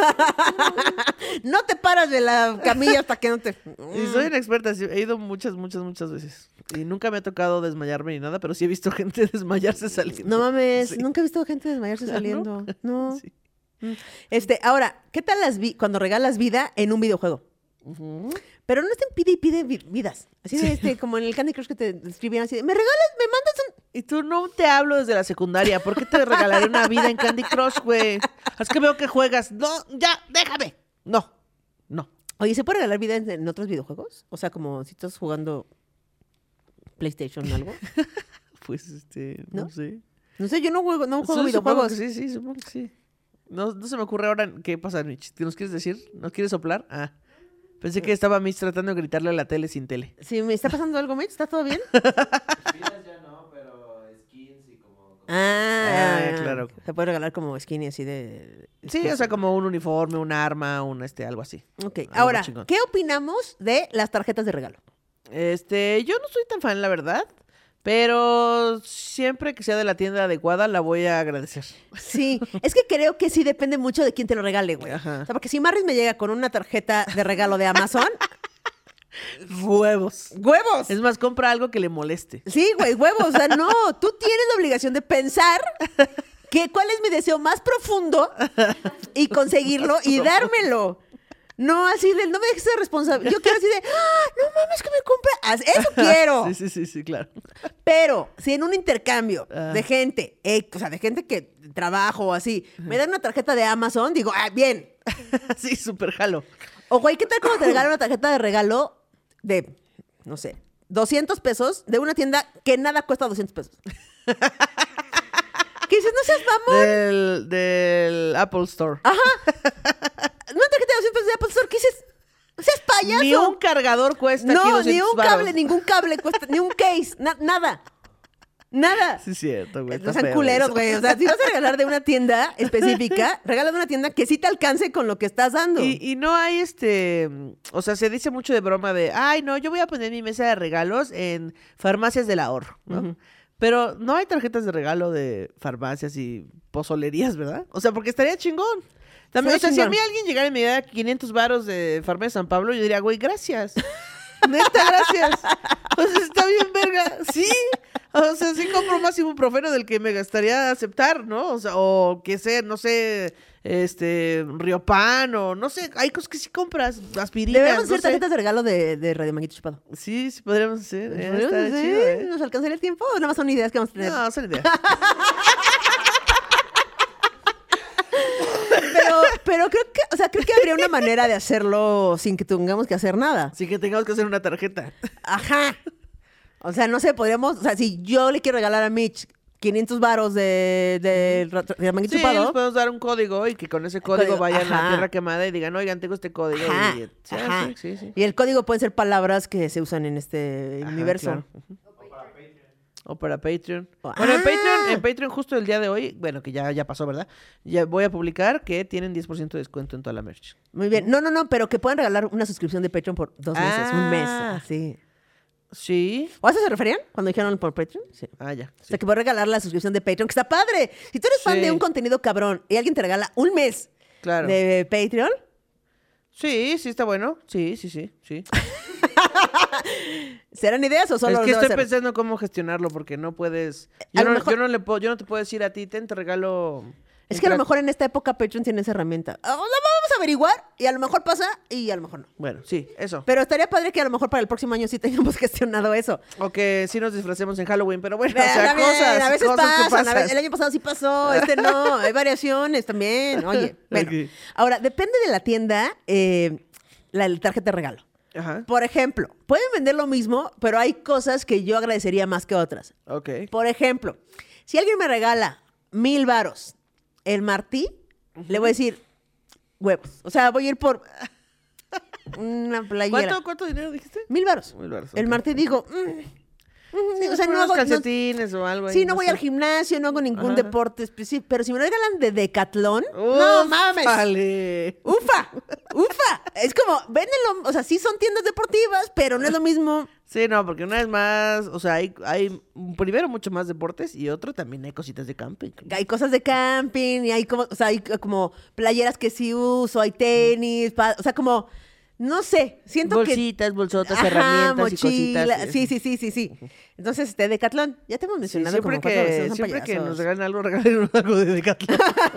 Speaker 2: No te paras de la camilla hasta que no te...
Speaker 1: Y soy una experta, sí, he ido muchas veces. Y nunca me ha tocado desmayarme ni nada, pero sí he visto gente desmayarse saliendo.
Speaker 2: No mames, nunca he visto gente desmayarse saliendo. No.
Speaker 1: Sí.
Speaker 2: Ahora, ¿qué tal cuando regalas vida en un videojuego? Pero no estén pide vidas. Así de como en el Candy Crush que te escribían así de, ¿me regalas? ¿Me mandas un...?
Speaker 1: Y tú no te hablo desde la secundaria. ¿Por qué te regalaré una vida en Candy Crush, güey? Es que veo que juegas. No, ya, déjame. No.
Speaker 2: Oye, ¿se puede regalar vida en otros videojuegos? O sea, como si estás jugando PlayStation o algo.
Speaker 1: Pues, no sé.
Speaker 2: No sé, yo no juego videojuegos.
Speaker 1: Supongo que sí, supongo que sí. No se me ocurre ahora qué pasa, Mitch. ¿Nos quieres decir? ¿Nos quieres soplar? Ah. Pensé que estaba Mitch tratando de gritarle a la tele sin tele.
Speaker 2: Sí, ¿me está pasando algo, Mitch? ¿Está todo bien?
Speaker 3: Vidas ya no, pero skins y como...
Speaker 1: Claro.
Speaker 2: Se puede regalar como skin y así de...
Speaker 1: Sí, o sea, como un uniforme, un arma, algo así.
Speaker 2: Ok,
Speaker 1: Algo
Speaker 2: ahora,
Speaker 1: chingón.
Speaker 2: ¿qué opinamos de las tarjetas de regalo?
Speaker 1: Yo no soy tan fan, la verdad. Pero siempre que sea de la tienda adecuada, la voy a agradecer.
Speaker 2: Sí, es que creo que sí depende mucho de quién te lo regale, güey.
Speaker 1: Ajá.
Speaker 2: O sea, porque si Marris me llega con una tarjeta de regalo de Amazon...
Speaker 1: ¡Huevos!
Speaker 2: ¡Huevos!
Speaker 1: Es más, compra algo que le moleste.
Speaker 2: Sí, güey, huevos. O sea, no, tú tienes la obligación de pensar cuál es mi deseo más profundo y conseguirlo y dármelo. No así no me dejes ser responsable. Yo quiero así de, no mames, que me compra. Eso quiero.
Speaker 1: Sí, claro.
Speaker 2: Pero si en un intercambio de gente, o sea, de gente que trabajo o así, me dan una tarjeta de Amazon, digo, bien.
Speaker 1: Sí, súper jalo.
Speaker 2: O güey, ¿qué tal cuando te regalan una tarjeta de regalo de, no sé, 200 pesos de una tienda que nada cuesta 200 pesos? ¿Qué dices? No seas mamón.
Speaker 1: Del Apple Store.
Speaker 2: Ajá. Una tarjeta de 200 pesos de Apple Store, ¿qué dices? No seas payaso.
Speaker 1: Ni un cargador cuesta aquí 200
Speaker 2: ni un
Speaker 1: varos.
Speaker 2: cable, ningún cable cuesta, ni un case, nada. Nada.
Speaker 1: Sí, es cierto, güey.
Speaker 2: No sean culeros, güey. O sea, si vas a regalar de una tienda específica, regala de una tienda que sí te alcance con lo que estás dando.
Speaker 1: Y no hay o sea, se dice mucho de broma de, ay, no, yo voy a poner mi mesa de regalos en farmacias del ahorro, ¿no? Pero no hay tarjetas de regalo de farmacias y pozolerías, ¿verdad? O sea, porque estaría chingón. También, o sea, si a mí alguien llegara y me diera 500 varos de farmacia San Pablo, yo diría, güey, gracias. Neta, gracias. O sea, está bien verga. Sí. O sea, sí compro más ibuprofeno del que me gastaría aceptar, ¿no? O sea, o que sea, no sé, Riopan o no sé, hay cosas que sí compras, aspirinas.
Speaker 2: Debemos hacer
Speaker 1: no sé.
Speaker 2: tarjetas de regalo de Radio Manguito Chupado.
Speaker 1: Sí, podríamos hacer.
Speaker 2: ¿Podríamos
Speaker 1: Estaría
Speaker 2: hacer?
Speaker 1: chido, ¿eh?
Speaker 2: ¿Nos alcanzaría el tiempo o nada más son ideas que vamos a tener?
Speaker 1: No, son ideas.
Speaker 2: Pero creo que habría una manera de hacerlo sin que tengamos que hacer nada.
Speaker 1: Así que tengamos que hacer una tarjeta.
Speaker 2: Ajá. O sea, no sé, podríamos, o sea, si yo le quiero regalar a Mitch 500 varos de Manguito
Speaker 1: Sí,
Speaker 2: Chupado.
Speaker 1: les podemos dar un código y que con ese código vayan a
Speaker 2: ajá.
Speaker 1: la tierra quemada y digan, oigan, tengo este código.
Speaker 2: Ajá,
Speaker 1: Y,
Speaker 2: ajá.
Speaker 1: Sí.
Speaker 2: Y el código pueden ser palabras que se usan en este
Speaker 1: Ajá,
Speaker 2: universo.
Speaker 1: claro. O para Patreon.
Speaker 2: Oh,
Speaker 1: Bueno, en Patreon justo el día de hoy, bueno, que ya pasó, ¿verdad? Ya voy a publicar que tienen 10% de descuento en toda la merch.
Speaker 2: Muy bien. No, pero que puedan regalar una suscripción de Patreon por 2 meses, un mes. Así.
Speaker 1: Sí.
Speaker 2: ¿O a eso se referían cuando dijeron por Patreon? Sí.
Speaker 1: Ah, ya.
Speaker 2: O sea, que puedes regalar la suscripción de Patreon, que está padre. Si tú eres fan
Speaker 1: Sí.
Speaker 2: de un contenido cabrón y alguien te regala un mes
Speaker 1: Claro.
Speaker 2: de Patreon,
Speaker 1: Sí, está bueno. Sí.
Speaker 2: ¿serán ideas o solo
Speaker 1: Es que
Speaker 2: los va a
Speaker 1: estoy
Speaker 2: hacer?
Speaker 1: pensando cómo gestionarlo porque no puedes...
Speaker 2: A lo mejor-
Speaker 1: Yo no te puedo decir a ti, te regalo
Speaker 2: Es que a lo mejor en esta época Patreon tiene esa herramienta. La vamos a averiguar y a lo mejor pasa y a lo mejor no.
Speaker 1: Bueno, sí, eso.
Speaker 2: Pero estaría padre que a lo mejor para el próximo año sí tengamos gestionado eso.
Speaker 1: O que sí nos disfracemos en Halloween, pero bueno,
Speaker 2: también, a veces
Speaker 1: pasan.
Speaker 2: el año pasado sí pasó, no, hay variaciones también. Oye, bueno.
Speaker 1: Okay.
Speaker 2: Ahora, depende de la tienda, la tarjeta de regalo.
Speaker 1: Ajá.
Speaker 2: Por ejemplo, pueden vender lo mismo, pero hay cosas que yo agradecería más que otras.
Speaker 1: Ok.
Speaker 2: Por ejemplo, si alguien me regala 1,000 varos el Martí, le voy a decir huevos. O sea, voy a ir por una playera.
Speaker 1: ¿Cuánto dinero dijiste?
Speaker 2: 1,000 varos.
Speaker 1: 1,000 varos.
Speaker 2: El Martí digo...
Speaker 1: Sí, o sea, no hago calcetines o algo.
Speaker 2: Sí, no voy al gimnasio, no hago ningún deporte específico. Pero si me lo regalan de Decathlon, no mames.
Speaker 1: Vale.
Speaker 2: Ufa. Es como, véndelo, o sea, sí son tiendas deportivas, pero no es lo mismo.
Speaker 1: Sí, no, porque una vez más, o sea, hay primero mucho más deportes y otro también hay cositas de camping.
Speaker 2: Hay cosas de camping y hay como, o sea, hay como playeras que sí uso, hay tenis, o sea, como... No sé, siento
Speaker 1: bolsitas, bolsotas, herramientas
Speaker 2: mochila,
Speaker 1: y cositas.
Speaker 2: Sí. Entonces, Decathlon, ya te hemos mencionado
Speaker 1: siempre
Speaker 2: como
Speaker 1: siempre que nos regalen algo de Decathlon.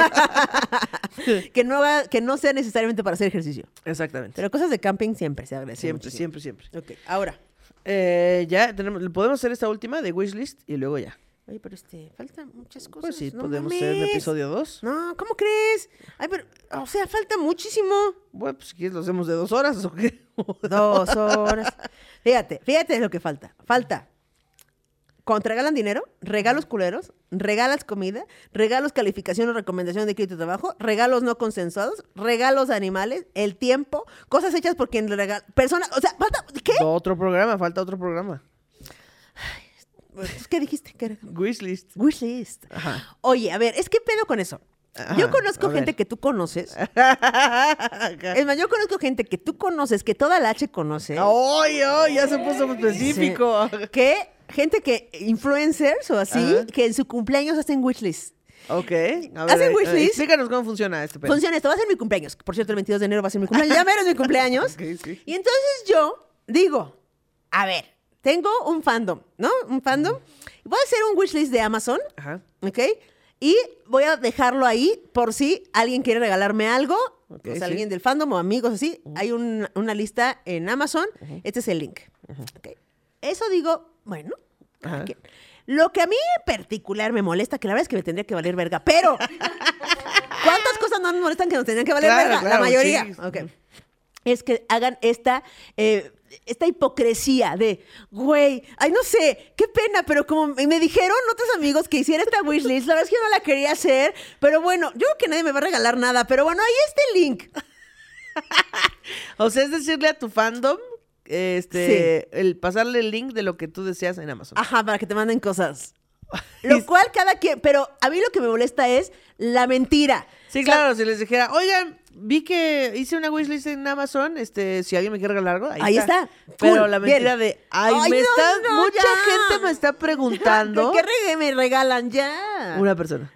Speaker 2: que no sea necesariamente para hacer ejercicio.
Speaker 1: Exactamente.
Speaker 2: Pero cosas de camping siempre se agradecen.
Speaker 1: Siempre.
Speaker 2: Ok, ahora.
Speaker 1: Ya podemos hacer esta última de wishlist y luego ya.
Speaker 2: Oye, pero faltan muchas cosas.
Speaker 1: Pues sí,
Speaker 2: no
Speaker 1: podemos
Speaker 2: mames.
Speaker 1: hacer el episodio 2.
Speaker 2: No, ¿cómo crees? Ay, pero, o sea, falta muchísimo.
Speaker 1: Bueno, pues si quieres lo hacemos de 2 horas o qué.
Speaker 2: 2 horas. Fíjate lo que falta. Falta, cuando te regalan dinero, regalos culeros, regalas comida, regalos calificación o recomendación de crédito de trabajo, regalos no consensuados, regalos a animales, el tiempo, cosas hechas por quien le regala, personas, o sea, falta, ¿qué?
Speaker 1: Falta otro programa.
Speaker 2: ¿Qué dijiste? ¿Qué era?
Speaker 1: Wishlist.
Speaker 2: Wishlist.
Speaker 1: Ajá.
Speaker 2: Oye, a ver, ¿qué pedo con eso?
Speaker 1: Ajá,
Speaker 2: yo conozco gente que tú conoces. Es más, yo conozco gente que tú conoces, que toda la H conoce.
Speaker 1: ¡Ay, ya se puso muy específico!
Speaker 2: Sí. Gente que, influencers o así, que en su cumpleaños hacen wishlist.
Speaker 1: Ok. A ver,
Speaker 2: ¿hacen wishlist?
Speaker 1: Explícanos cómo funciona esto.
Speaker 2: Funciona esto, va a ser mi cumpleaños. Por cierto, el 22 de enero va a ser mi cumpleaños. Ya menos mi cumpleaños.
Speaker 1: Okay, sí.
Speaker 2: Y entonces yo digo, a ver, tengo un fandom, ¿no? Un fandom. Voy a hacer un wishlist de Amazon.
Speaker 1: Ajá.
Speaker 2: ¿Ok? Y voy a dejarlo ahí por si alguien quiere regalarme algo.
Speaker 1: Okay,
Speaker 2: o sea, alguien del fandom o amigos así. Hay una lista en Amazon. Este es el link. Okay. Eso digo, bueno. Lo que a mí en particular me molesta, que la verdad es que me tendría que valer verga, pero ¿cuántas cosas no me molestan que nos tendrían que valer verga?
Speaker 1: Claro,
Speaker 2: la mayoría.
Speaker 1: Sí.
Speaker 2: Okay. Es que hagan esta hipocresía de, güey, ay, no sé, qué pena, pero como me dijeron otros amigos que hiciera esta wishlist, la verdad es que yo no la quería hacer, pero bueno, yo creo que nadie me va a regalar nada, pero bueno, ahí está el link.
Speaker 1: O sea, es decirle a tu fandom, el pasarle el link de lo que tú deseas en Amazon.
Speaker 2: Ajá, para que te manden cosas. Lo cual cada quien, pero a mí lo que me molesta es la mentira.
Speaker 1: Sí,
Speaker 2: o sea,
Speaker 1: claro, si les dijera, oigan, vi que hice una wishlist en Amazon, si alguien me quiere regalar algo, ahí está. Pero
Speaker 2: Cool,
Speaker 1: la mentira
Speaker 2: bien.
Speaker 1: de, mucha gente me está preguntando.
Speaker 2: ¿Qué me regalan ya?
Speaker 1: Una persona.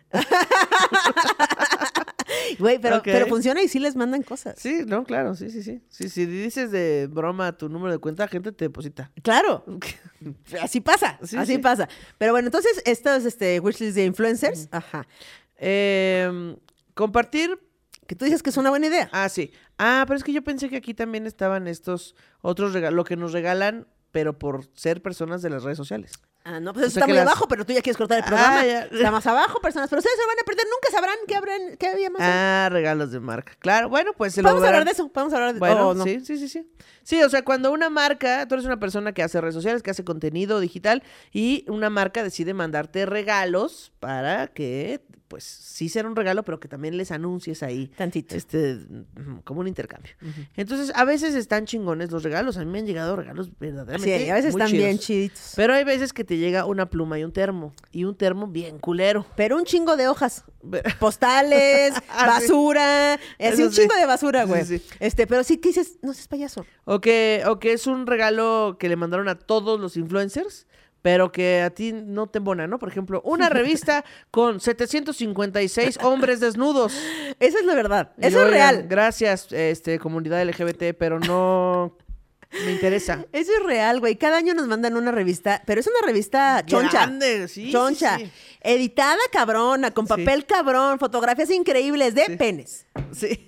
Speaker 2: Güey, pero funciona y sí les mandan cosas.
Speaker 1: Sí, no, claro, sí. Si dices de broma tu número de cuenta, gente te deposita.
Speaker 2: Claro. Así pasa,
Speaker 1: Sí.
Speaker 2: pasa. Pero bueno, entonces, estos wishlist de influencers, ajá.
Speaker 1: Compartir.
Speaker 2: Que tú dices que es una buena idea.
Speaker 1: Ah, sí. Pero es que yo pensé que aquí también estaban estos otros regalos, lo que nos regalan, pero por ser personas de las redes sociales.
Speaker 2: Ah, no, pues eso está muy abajo, pero tú ya quieres cortar el programa.
Speaker 1: Ya.
Speaker 2: Está más abajo, personas. Pero ustedes se lo van a perder, nunca sabrán qué había más.
Speaker 1: Regalos de marca. Claro, bueno, pues
Speaker 2: Vamos a hablar de eso,
Speaker 1: Bueno,
Speaker 2: no.
Speaker 1: sí. Sí, o sea, cuando una marca, tú eres una persona que hace redes sociales, que hace contenido digital, y una marca decide mandarte regalos para que, pues, sí sea un regalo, pero que también les anuncies ahí.
Speaker 2: Tantito.
Speaker 1: Como un intercambio. Entonces, a veces están chingones los regalos. A mí me han llegado regalos verdaderamente
Speaker 2: Sí, a veces
Speaker 1: muy
Speaker 2: están
Speaker 1: chidos.
Speaker 2: bien chiditos.
Speaker 1: Pero hay veces que te llega una pluma y un termo bien culero.
Speaker 2: Pero un chingo de hojas. Postales, basura. Así un chingo de basura, güey.
Speaker 1: Sí.
Speaker 2: Pero sí que dices, no seas payaso.
Speaker 1: O que es un regalo que le mandaron a todos los influencers, pero que a ti no te embona, ¿no? Por ejemplo, una revista con 756 hombres desnudos.
Speaker 2: Eso es la verdad.
Speaker 1: Y
Speaker 2: Eso es
Speaker 1: oigan,
Speaker 2: real.
Speaker 1: Gracias, comunidad LGBT, pero no Me interesa.
Speaker 2: Eso es real, güey. Cada año nos mandan una revista, pero es una revista choncha.
Speaker 1: Grande, sí,
Speaker 2: choncha.
Speaker 1: sí.
Speaker 2: Editada cabrona, con papel cabrón, fotografías increíbles de penes.
Speaker 1: Sí.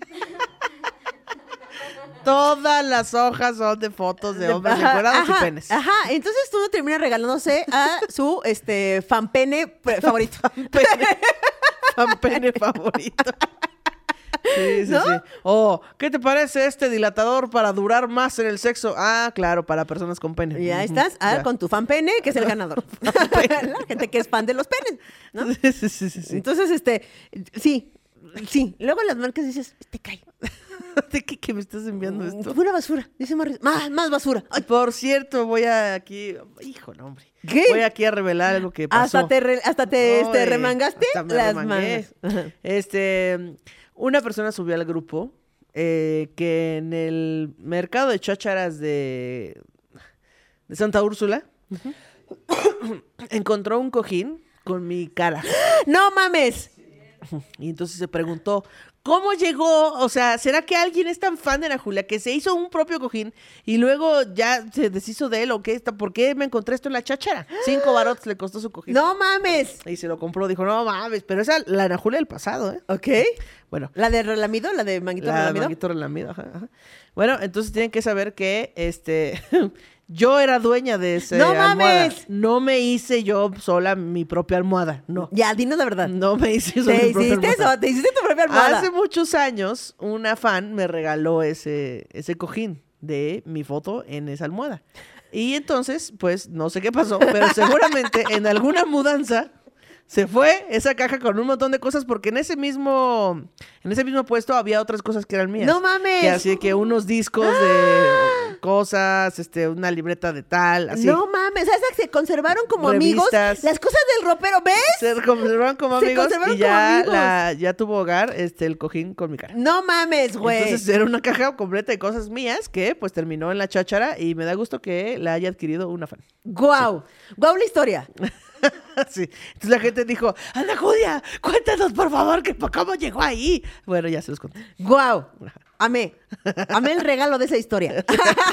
Speaker 1: Todas las hojas son de fotos de hombres encuerados y penes.
Speaker 2: Ajá, entonces tú terminas regalándose a su fanpene favorito.
Speaker 1: Fanpene favorito. Sí,
Speaker 2: ¿No?
Speaker 1: sí. Oh, ¿qué te parece este dilatador para durar más en el sexo? Ah, claro, para personas con pene.
Speaker 2: Y ahí estás, con tu fanpene, que es el ganador. La gente que es fan de los penes, ¿no?
Speaker 1: Sí.
Speaker 2: Entonces, sí. Luego las marcas dices, te cae.
Speaker 1: ¿De qué me estás enviando esto?
Speaker 2: Pura basura. Dice más basura.
Speaker 1: Ay, por cierto, voy a aquí... Hijo, no, hombre.
Speaker 2: ¿Qué?
Speaker 1: Voy aquí a revelar algo que pasó.
Speaker 2: Hasta te remangaste
Speaker 1: hasta me
Speaker 2: las
Speaker 1: remangué.
Speaker 2: mangas.
Speaker 1: Una persona subió al grupo que en el mercado de chácharas de Santa Úrsula encontró un cojín con mi cara.
Speaker 2: ¡No mames!
Speaker 1: Y entonces se preguntó, ¿cómo llegó? O sea, ¿será que alguien es tan fan de Ana Julia que se hizo un propio cojín y luego ya se deshizo de él o qué? ¿Por qué me encontré esto en la cháchara? 5 barotes le costó su cojín.
Speaker 2: ¡No mames!
Speaker 1: Y se lo compró, dijo, no mames, pero esa es la Ana Julia del pasado, ¿eh?
Speaker 2: ¿Ok?
Speaker 1: Bueno.
Speaker 2: ¿La de relamido? ¿La de manguito
Speaker 1: La
Speaker 2: relamido?
Speaker 1: manguito relamido, ajá. Bueno, entonces tienen que saber que, yo era dueña de esa
Speaker 2: ¡No
Speaker 1: almohada.
Speaker 2: mames!
Speaker 1: No me hice yo sola mi propia almohada, no.
Speaker 2: Ya, dinos la verdad.
Speaker 1: No me hice yo
Speaker 2: ¿Te
Speaker 1: mi propia
Speaker 2: hiciste
Speaker 1: almohada.
Speaker 2: eso? ¿Te hiciste tu propia almohada?
Speaker 1: Hace muchos años, una fan me regaló ese cojín de mi foto en esa almohada. Y entonces, pues, no sé qué pasó, pero seguramente en alguna mudanza se fue esa caja con un montón de cosas porque en ese mismo puesto había otras cosas que eran mías.
Speaker 2: ¡No mames!
Speaker 1: Que así que unos discos de cosas, una libreta de tal, así.
Speaker 2: No mames, esas se conservaron como amigos.
Speaker 1: Revistas.
Speaker 2: Las cosas del ropero, ¿ves?
Speaker 1: Se conservaron como
Speaker 2: Se
Speaker 1: amigos
Speaker 2: conservaron
Speaker 1: y ya,
Speaker 2: como amigos.
Speaker 1: ya tuvo hogar el cojín con mi cara.
Speaker 2: No mames, güey.
Speaker 1: Entonces era una caja completa de cosas mías que pues terminó en la cháchara y me da gusto que la haya adquirido una fan.
Speaker 2: ¡Guau! ¡Guau la historia!
Speaker 1: Sí. Entonces la gente dijo, Ana Julia, cuéntanos por favor que cómo llegó ahí. Bueno, ya se los conté.
Speaker 2: ¡Guau! Amé el regalo de esa historia.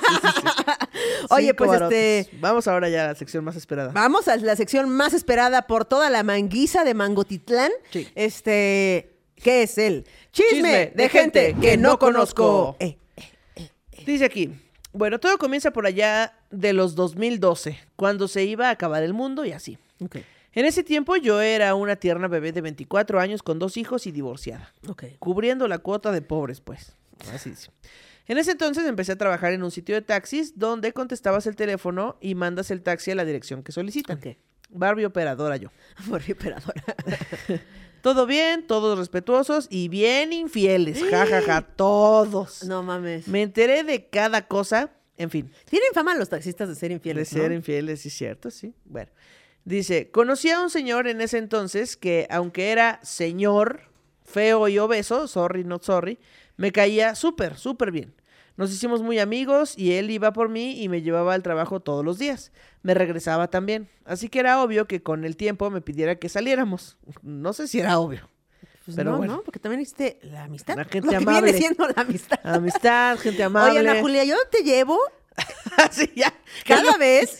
Speaker 2: Oye,
Speaker 1: 5
Speaker 2: pues
Speaker 1: barotes. Vamos ahora ya a la sección más esperada.
Speaker 2: vamos a la sección más esperada por toda la manguiza de Mangotitlán.
Speaker 1: Sí.
Speaker 2: ¿Qué es el chisme de gente que no conozco?
Speaker 1: Dice aquí, bueno, todo comienza por allá de los 2012, cuando se iba a acabar el mundo y así.
Speaker 2: Ok.
Speaker 1: En ese tiempo yo era una tierna bebé de 24 años con 2 hijos y divorciada.
Speaker 2: Ok.
Speaker 1: Cubriendo la cuota de pobres, pues. Así dice. En ese entonces empecé a trabajar en un sitio de taxis donde contestabas el teléfono y mandas el taxi a la dirección que solicitan.
Speaker 2: Ok.
Speaker 1: Barbie operadora yo.
Speaker 2: Barbie operadora.
Speaker 1: Todo bien, todos respetuosos y bien infieles. Ja, ja, ja, todos.
Speaker 2: No mames.
Speaker 1: Me enteré de cada cosa, en fin.
Speaker 2: Tienen fama los taxistas de ser infieles,
Speaker 1: De ser
Speaker 2: ¿no?
Speaker 1: infieles, sí, cierto, sí. Bueno, dice, conocí a un señor en ese entonces que, aunque era señor, feo y obeso, sorry, not sorry, me caía súper, súper bien. Nos hicimos muy amigos y él iba por mí y me llevaba al trabajo todos los días. Me regresaba también. Así que era obvio que con el tiempo me pidiera que saliéramos. No sé si era obvio.
Speaker 2: Pues
Speaker 1: pero
Speaker 2: no,
Speaker 1: bueno.
Speaker 2: ¿no? Porque también existe la amistad.
Speaker 1: La gente
Speaker 2: Lo que
Speaker 1: amable.
Speaker 2: viene siendo la amistad.
Speaker 1: Amistad, gente amable.
Speaker 2: Oye, Ana Julia, yo te llevo
Speaker 1: Sí, ya.
Speaker 2: cada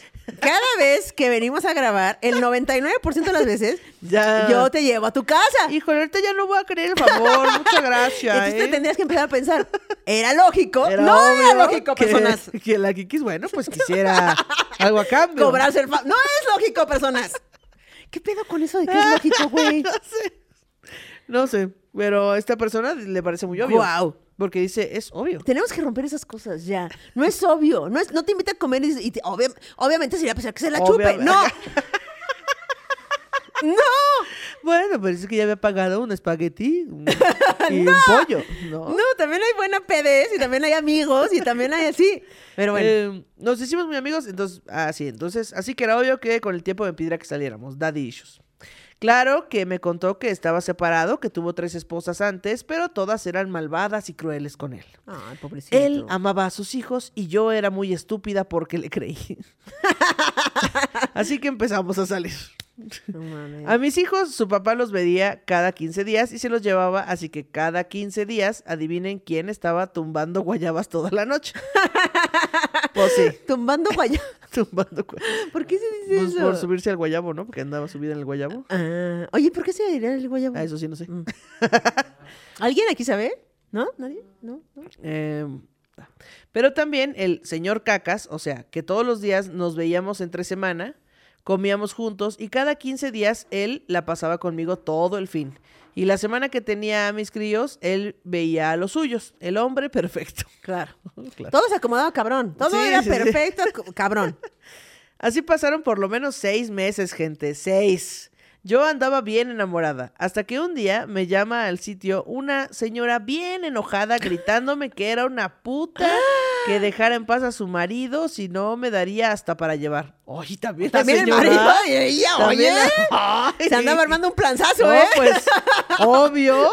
Speaker 2: vez que venimos a grabar, el 99% de las veces,
Speaker 1: Ya.
Speaker 2: yo te llevo a tu casa.
Speaker 1: Híjole, ahorita ya no voy a querer el favor. Muchas
Speaker 2: Y
Speaker 1: gracias.
Speaker 2: entonces te tendrías que empezar a pensar, ¿era lógico?
Speaker 1: Era
Speaker 2: no era
Speaker 1: obvio
Speaker 2: lógico,
Speaker 1: que-
Speaker 2: personas.
Speaker 1: Que la Kikis, bueno, pues quisiera algo a cambio.
Speaker 2: Cobrarse el No es lógico, personas. ¿Qué pedo con eso de que es lógico, güey?
Speaker 1: No sé, pero a esta persona le parece muy obvio.
Speaker 2: Guau.
Speaker 1: Porque dice, es obvio.
Speaker 2: Tenemos que romper esas cosas ya. No es obvio. No te invita a comer obviamente sería pensar que se la chupe.
Speaker 1: Obviamente.
Speaker 2: ¡No! ¡No!
Speaker 1: Bueno, pero es que ya había pagado un espagueti y un pollo. No.
Speaker 2: No, también hay buena PDs y también hay amigos y también hay así. Pero bueno.
Speaker 1: Nos hicimos muy amigos, entonces, así que era obvio que con el tiempo me pidiera que saliéramos, daddy issues. Claro que me contó que estaba separado, que tuvo 3 esposas antes, pero todas eran malvadas y crueles con él.
Speaker 2: Ay, pobrecito.
Speaker 1: Él amaba a sus hijos y yo era muy estúpida porque le creí. Así que empezamos a salir.
Speaker 2: No mames.
Speaker 1: A mis hijos, su papá los veía cada 15 días y se los llevaba, así que cada 15 días, adivinen quién estaba tumbando guayabas toda la noche. Pues sí.
Speaker 2: Tumbando guayabo.
Speaker 1: Tumbando guayabas.
Speaker 2: ¿Por qué se dice
Speaker 1: Pues
Speaker 2: eso?
Speaker 1: por subirse al guayabo, ¿no? Porque andaba subida en el guayabo.
Speaker 2: Ah, oye, ¿por qué se diría el guayabo?
Speaker 1: Ah, eso sí, no sé.
Speaker 2: ¿Alguien aquí sabe? ¿No? ¿Nadie? ¿No?
Speaker 1: Pero también el señor Cacas, o sea, que todos los días nos veíamos entre semana, comíamos juntos y cada 15 días él la pasaba conmigo todo el fin. Y la semana que tenía a mis críos, él veía a los suyos. El hombre perfecto.
Speaker 2: Claro.
Speaker 1: Claro.
Speaker 2: Todo se acomodaba cabrón. Todo
Speaker 1: Sí,
Speaker 2: era
Speaker 1: sí,
Speaker 2: perfecto, cabrón.
Speaker 1: Así pasaron por lo menos 6 meses, gente. 6. Yo andaba bien enamorada, hasta que un día me llama al sitio una señora bien enojada gritándome que era una puta, que dejara en paz a su marido, si no me daría hasta para llevar. Oye, también la
Speaker 2: También el
Speaker 1: señora.
Speaker 2: marido y ella,
Speaker 1: También
Speaker 2: oye.
Speaker 1: Ay.
Speaker 2: Se andaba armando un planzazo,
Speaker 1: No,
Speaker 2: ¿eh?
Speaker 1: pues, obvio.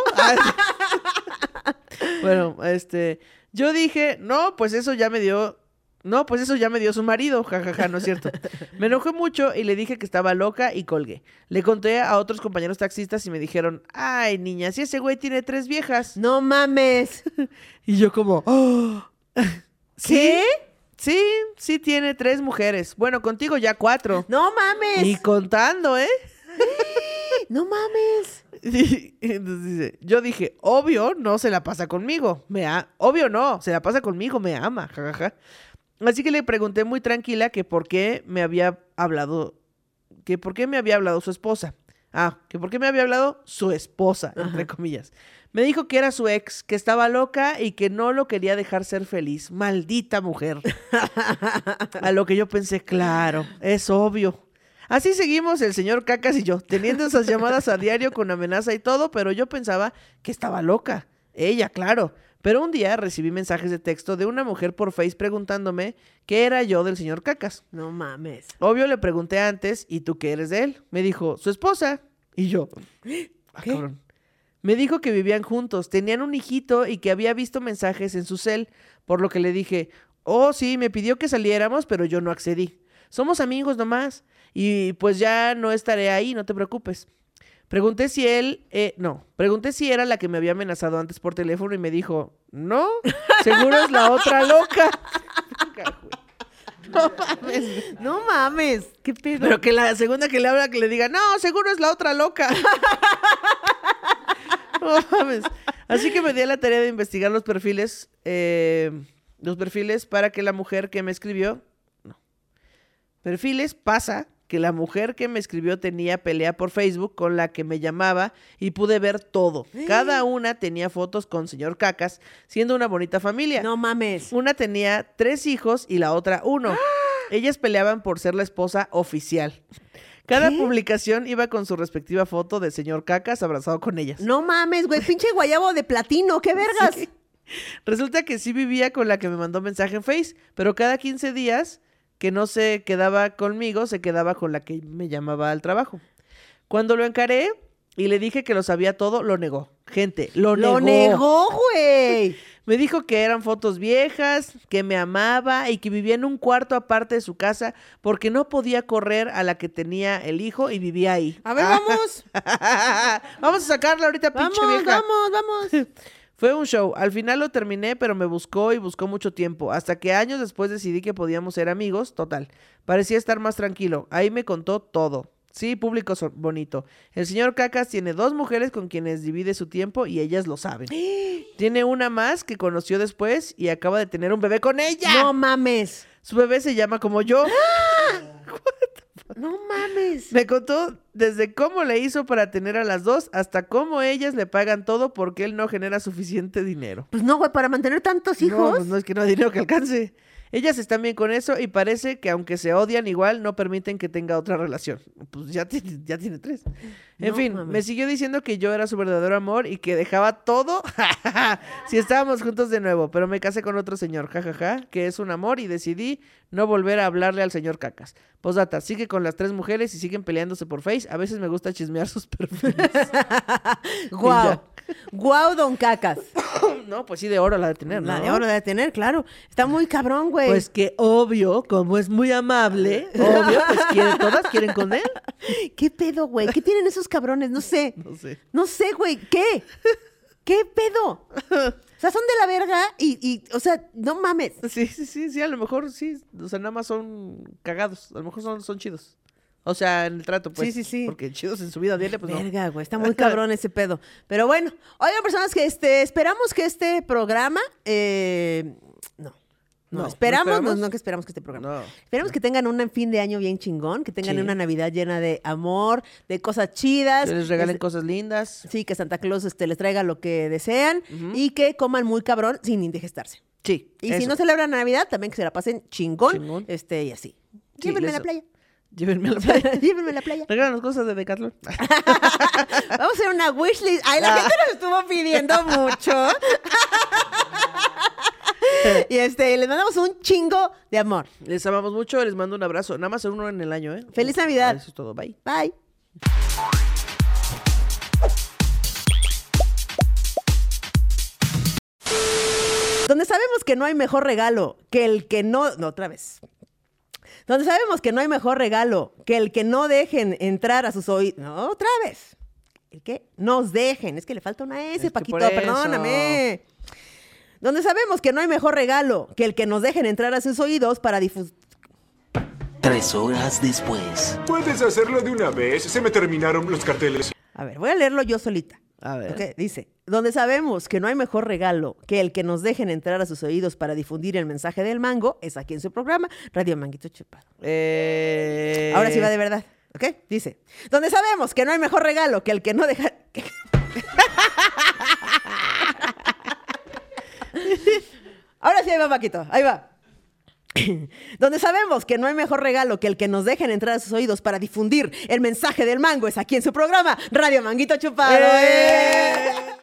Speaker 1: Bueno, yo dije, no, pues eso ya me dio su marido, jajaja, no es cierto. Me enojé mucho y le dije que estaba loca y colgué. Le conté a otros compañeros taxistas y me dijeron, ay, niña, si ese güey tiene 3 viejas.
Speaker 2: No mames.
Speaker 1: Y yo como, oh,
Speaker 2: ¿Qué?
Speaker 1: Sí tiene 3 mujeres. Bueno, contigo ya 4.
Speaker 2: No mames.
Speaker 1: Y contando, ¿eh?
Speaker 2: No mames.
Speaker 1: Y entonces dice, yo dije, obvio no se la pasa conmigo. Obvio no, se la pasa conmigo, me ama, jajaja. Así que le pregunté muy tranquila que por qué me había hablado su esposa. Que por qué me había hablado su esposa, entre comillas. Me dijo que era su ex, que estaba loca y que no lo quería dejar ser feliz. Maldita mujer. A lo que yo pensé, claro, es obvio. Así seguimos el señor Cacas y yo, teniendo esas llamadas a diario con amenaza y todo, pero yo pensaba que estaba loca. Ella, claro. Pero un día recibí mensajes de texto de una mujer por Face preguntándome qué era yo del señor Cacas.
Speaker 2: No mames.
Speaker 1: Obvio le pregunté antes, ¿y tú qué eres de él? Me dijo, su esposa. Y yo,
Speaker 2: ¿Qué?
Speaker 1: cabrón. Me dijo que vivían juntos, tenían un hijito y que había visto mensajes en su cel, por lo que le dije, oh sí, me pidió que saliéramos, pero yo no accedí. Somos amigos nomás y pues ya no estaré ahí, no te preocupes. Pregunté si era la que me había amenazado antes por teléfono y me dijo, no, seguro es la otra loca. No mames.
Speaker 2: No mames. ¿Qué pedo?
Speaker 1: Pero que la segunda que le habla que le diga, no, seguro es la otra loca. No mames. Así que me di a la tarea de investigar los perfiles para que la mujer que me escribió, pasa que la mujer que me escribió tenía pelea por Facebook con la que me llamaba y pude ver todo. Cada una tenía fotos con señor Cacas, siendo una bonita familia.
Speaker 2: No mames.
Speaker 1: Una tenía 3 hijos y la otra 1. Ellas peleaban por ser la esposa oficial. Cada publicación iba con su respectiva foto de señor Cacas abrazado con ellas.
Speaker 2: No mames, güey. Pinche guayabo de platino. ¿Qué vergas?
Speaker 1: Sí. Resulta que sí vivía con la que me mandó mensaje en Face, pero cada 15 días que no se quedaba conmigo, se quedaba con la que me llamaba al trabajo. Cuando lo encaré y le dije que lo sabía todo, lo negó. Gente, lo negó.
Speaker 2: Lo negó, güey.
Speaker 1: Me dijo que eran fotos viejas, que me amaba y que vivía en un cuarto aparte de su casa porque no podía correr a la que tenía el hijo y vivía ahí.
Speaker 2: A ver, vamos.
Speaker 1: Vamos a sacarla ahorita, pinche vieja.
Speaker 2: Vamos.
Speaker 1: Fue un show. Al final lo terminé, pero me buscó y buscó mucho tiempo. Hasta que años después decidí que podíamos ser amigos. Total. Parecía estar más tranquilo. Ahí me contó todo. Sí, público bonito. El señor Cacas tiene 2 mujeres con quienes divide su tiempo y ellas lo saben. Tiene una más que conoció después y acaba de tener un bebé con ella.
Speaker 2: No mames.
Speaker 1: Su bebé se llama como yo.
Speaker 2: No mames.
Speaker 1: Me contó desde cómo le hizo para tener a las 2 hasta cómo ellas le pagan todo porque él no genera suficiente dinero.
Speaker 2: Pues no, güey, para mantener tantos hijos.
Speaker 1: No, pues no es que no hay dinero que alcance. Ellas están bien con eso y parece que aunque se odian igual, no permiten que tenga otra relación. Pues ya tiene 3. En fin, me siguió diciendo que yo era su verdadero amor y que dejaba todo si estábamos juntos de nuevo, pero me casé con otro señor, jajaja, que es un amor y decidí no volver a hablarle al señor Cacas. Postdata, sigue con las 3 mujeres y siguen peleándose por Face. A veces me gusta chismear sus perfiles.
Speaker 2: ¡Guau! ¡Guau, don Cacas!
Speaker 1: No, pues sí, de oro la de tener, ¿no?
Speaker 2: La de oro la de tener, claro. Está muy cabrón, güey.
Speaker 1: Pues que obvio, como es muy amable, obvio, pues todas quieren con él.
Speaker 2: ¿Qué pedo, güey? ¿Qué tienen esos cabrones? No sé. No sé, güey. ¿Qué? ¿Qué pedo? O sea, son de la verga y o sea, no mames.
Speaker 1: Sí, a lo mejor sí. O sea, nada más son cagados. A lo mejor son chidos. O sea, en el trato, pues.
Speaker 2: Sí.
Speaker 1: Porque chidos en su vida diaria, pues
Speaker 2: verga, güey, está muy cabrón ese pedo. Pero bueno, oigan, personas que esperamos que este programa... No, esperamos que este programa. No. Esperamos que tengan un fin de año bien chingón, que tengan una Navidad llena de amor, de cosas chidas.
Speaker 1: Que les regalen cosas lindas.
Speaker 2: Sí, que Santa Claus les traiga lo que desean y que coman muy cabrón sin indigestarse.
Speaker 1: Sí.
Speaker 2: Y si no celebran Navidad, también que se la pasen chingón. Y así. Llévenme a la playa.
Speaker 1: Llévenme a la playa.
Speaker 2: Llévenme a la playa.
Speaker 1: Regálanos cosas de Decathlon.
Speaker 2: Vamos a hacer una wishlist. Ay, la gente nos estuvo pidiendo mucho. Y les mandamos un chingo de amor.
Speaker 1: Les amamos mucho, les mando un abrazo. Nada más uno en el año, ¿eh?
Speaker 2: ¡Feliz Navidad!
Speaker 1: Eso es todo. Bye.
Speaker 2: Bye. Donde sabemos que no hay mejor regalo que el que no... No, otra vez. Donde sabemos que no hay mejor regalo que el que no dejen entrar a sus oídos. No, otra vez. ¿El qué? Nos dejen. Es que le falta una S, Paquito. Perdóname. Donde sabemos que no hay mejor regalo que el que nos dejen entrar a sus oídos para difundir.
Speaker 4: 3 horas después.
Speaker 5: ¿Puedes hacerlo de una vez? Se me terminaron los carteles.
Speaker 2: A ver, voy a leerlo yo solita.
Speaker 1: A ver.
Speaker 2: Okay, dice, donde sabemos que no hay mejor regalo que el que nos dejen entrar a sus oídos para difundir el mensaje del mango, es aquí en su programa, Radio Manguito Chupado. Ahora sí va de verdad, ¿ok? Dice, donde sabemos que no hay mejor regalo que el que no deja... Ahora sí, ahí va, Paquito, ahí va. Donde sabemos que no hay mejor regalo que el que nos dejen entrar a sus oídos para difundir el mensaje del mango, es aquí en su programa, Radio Manguito Chupado.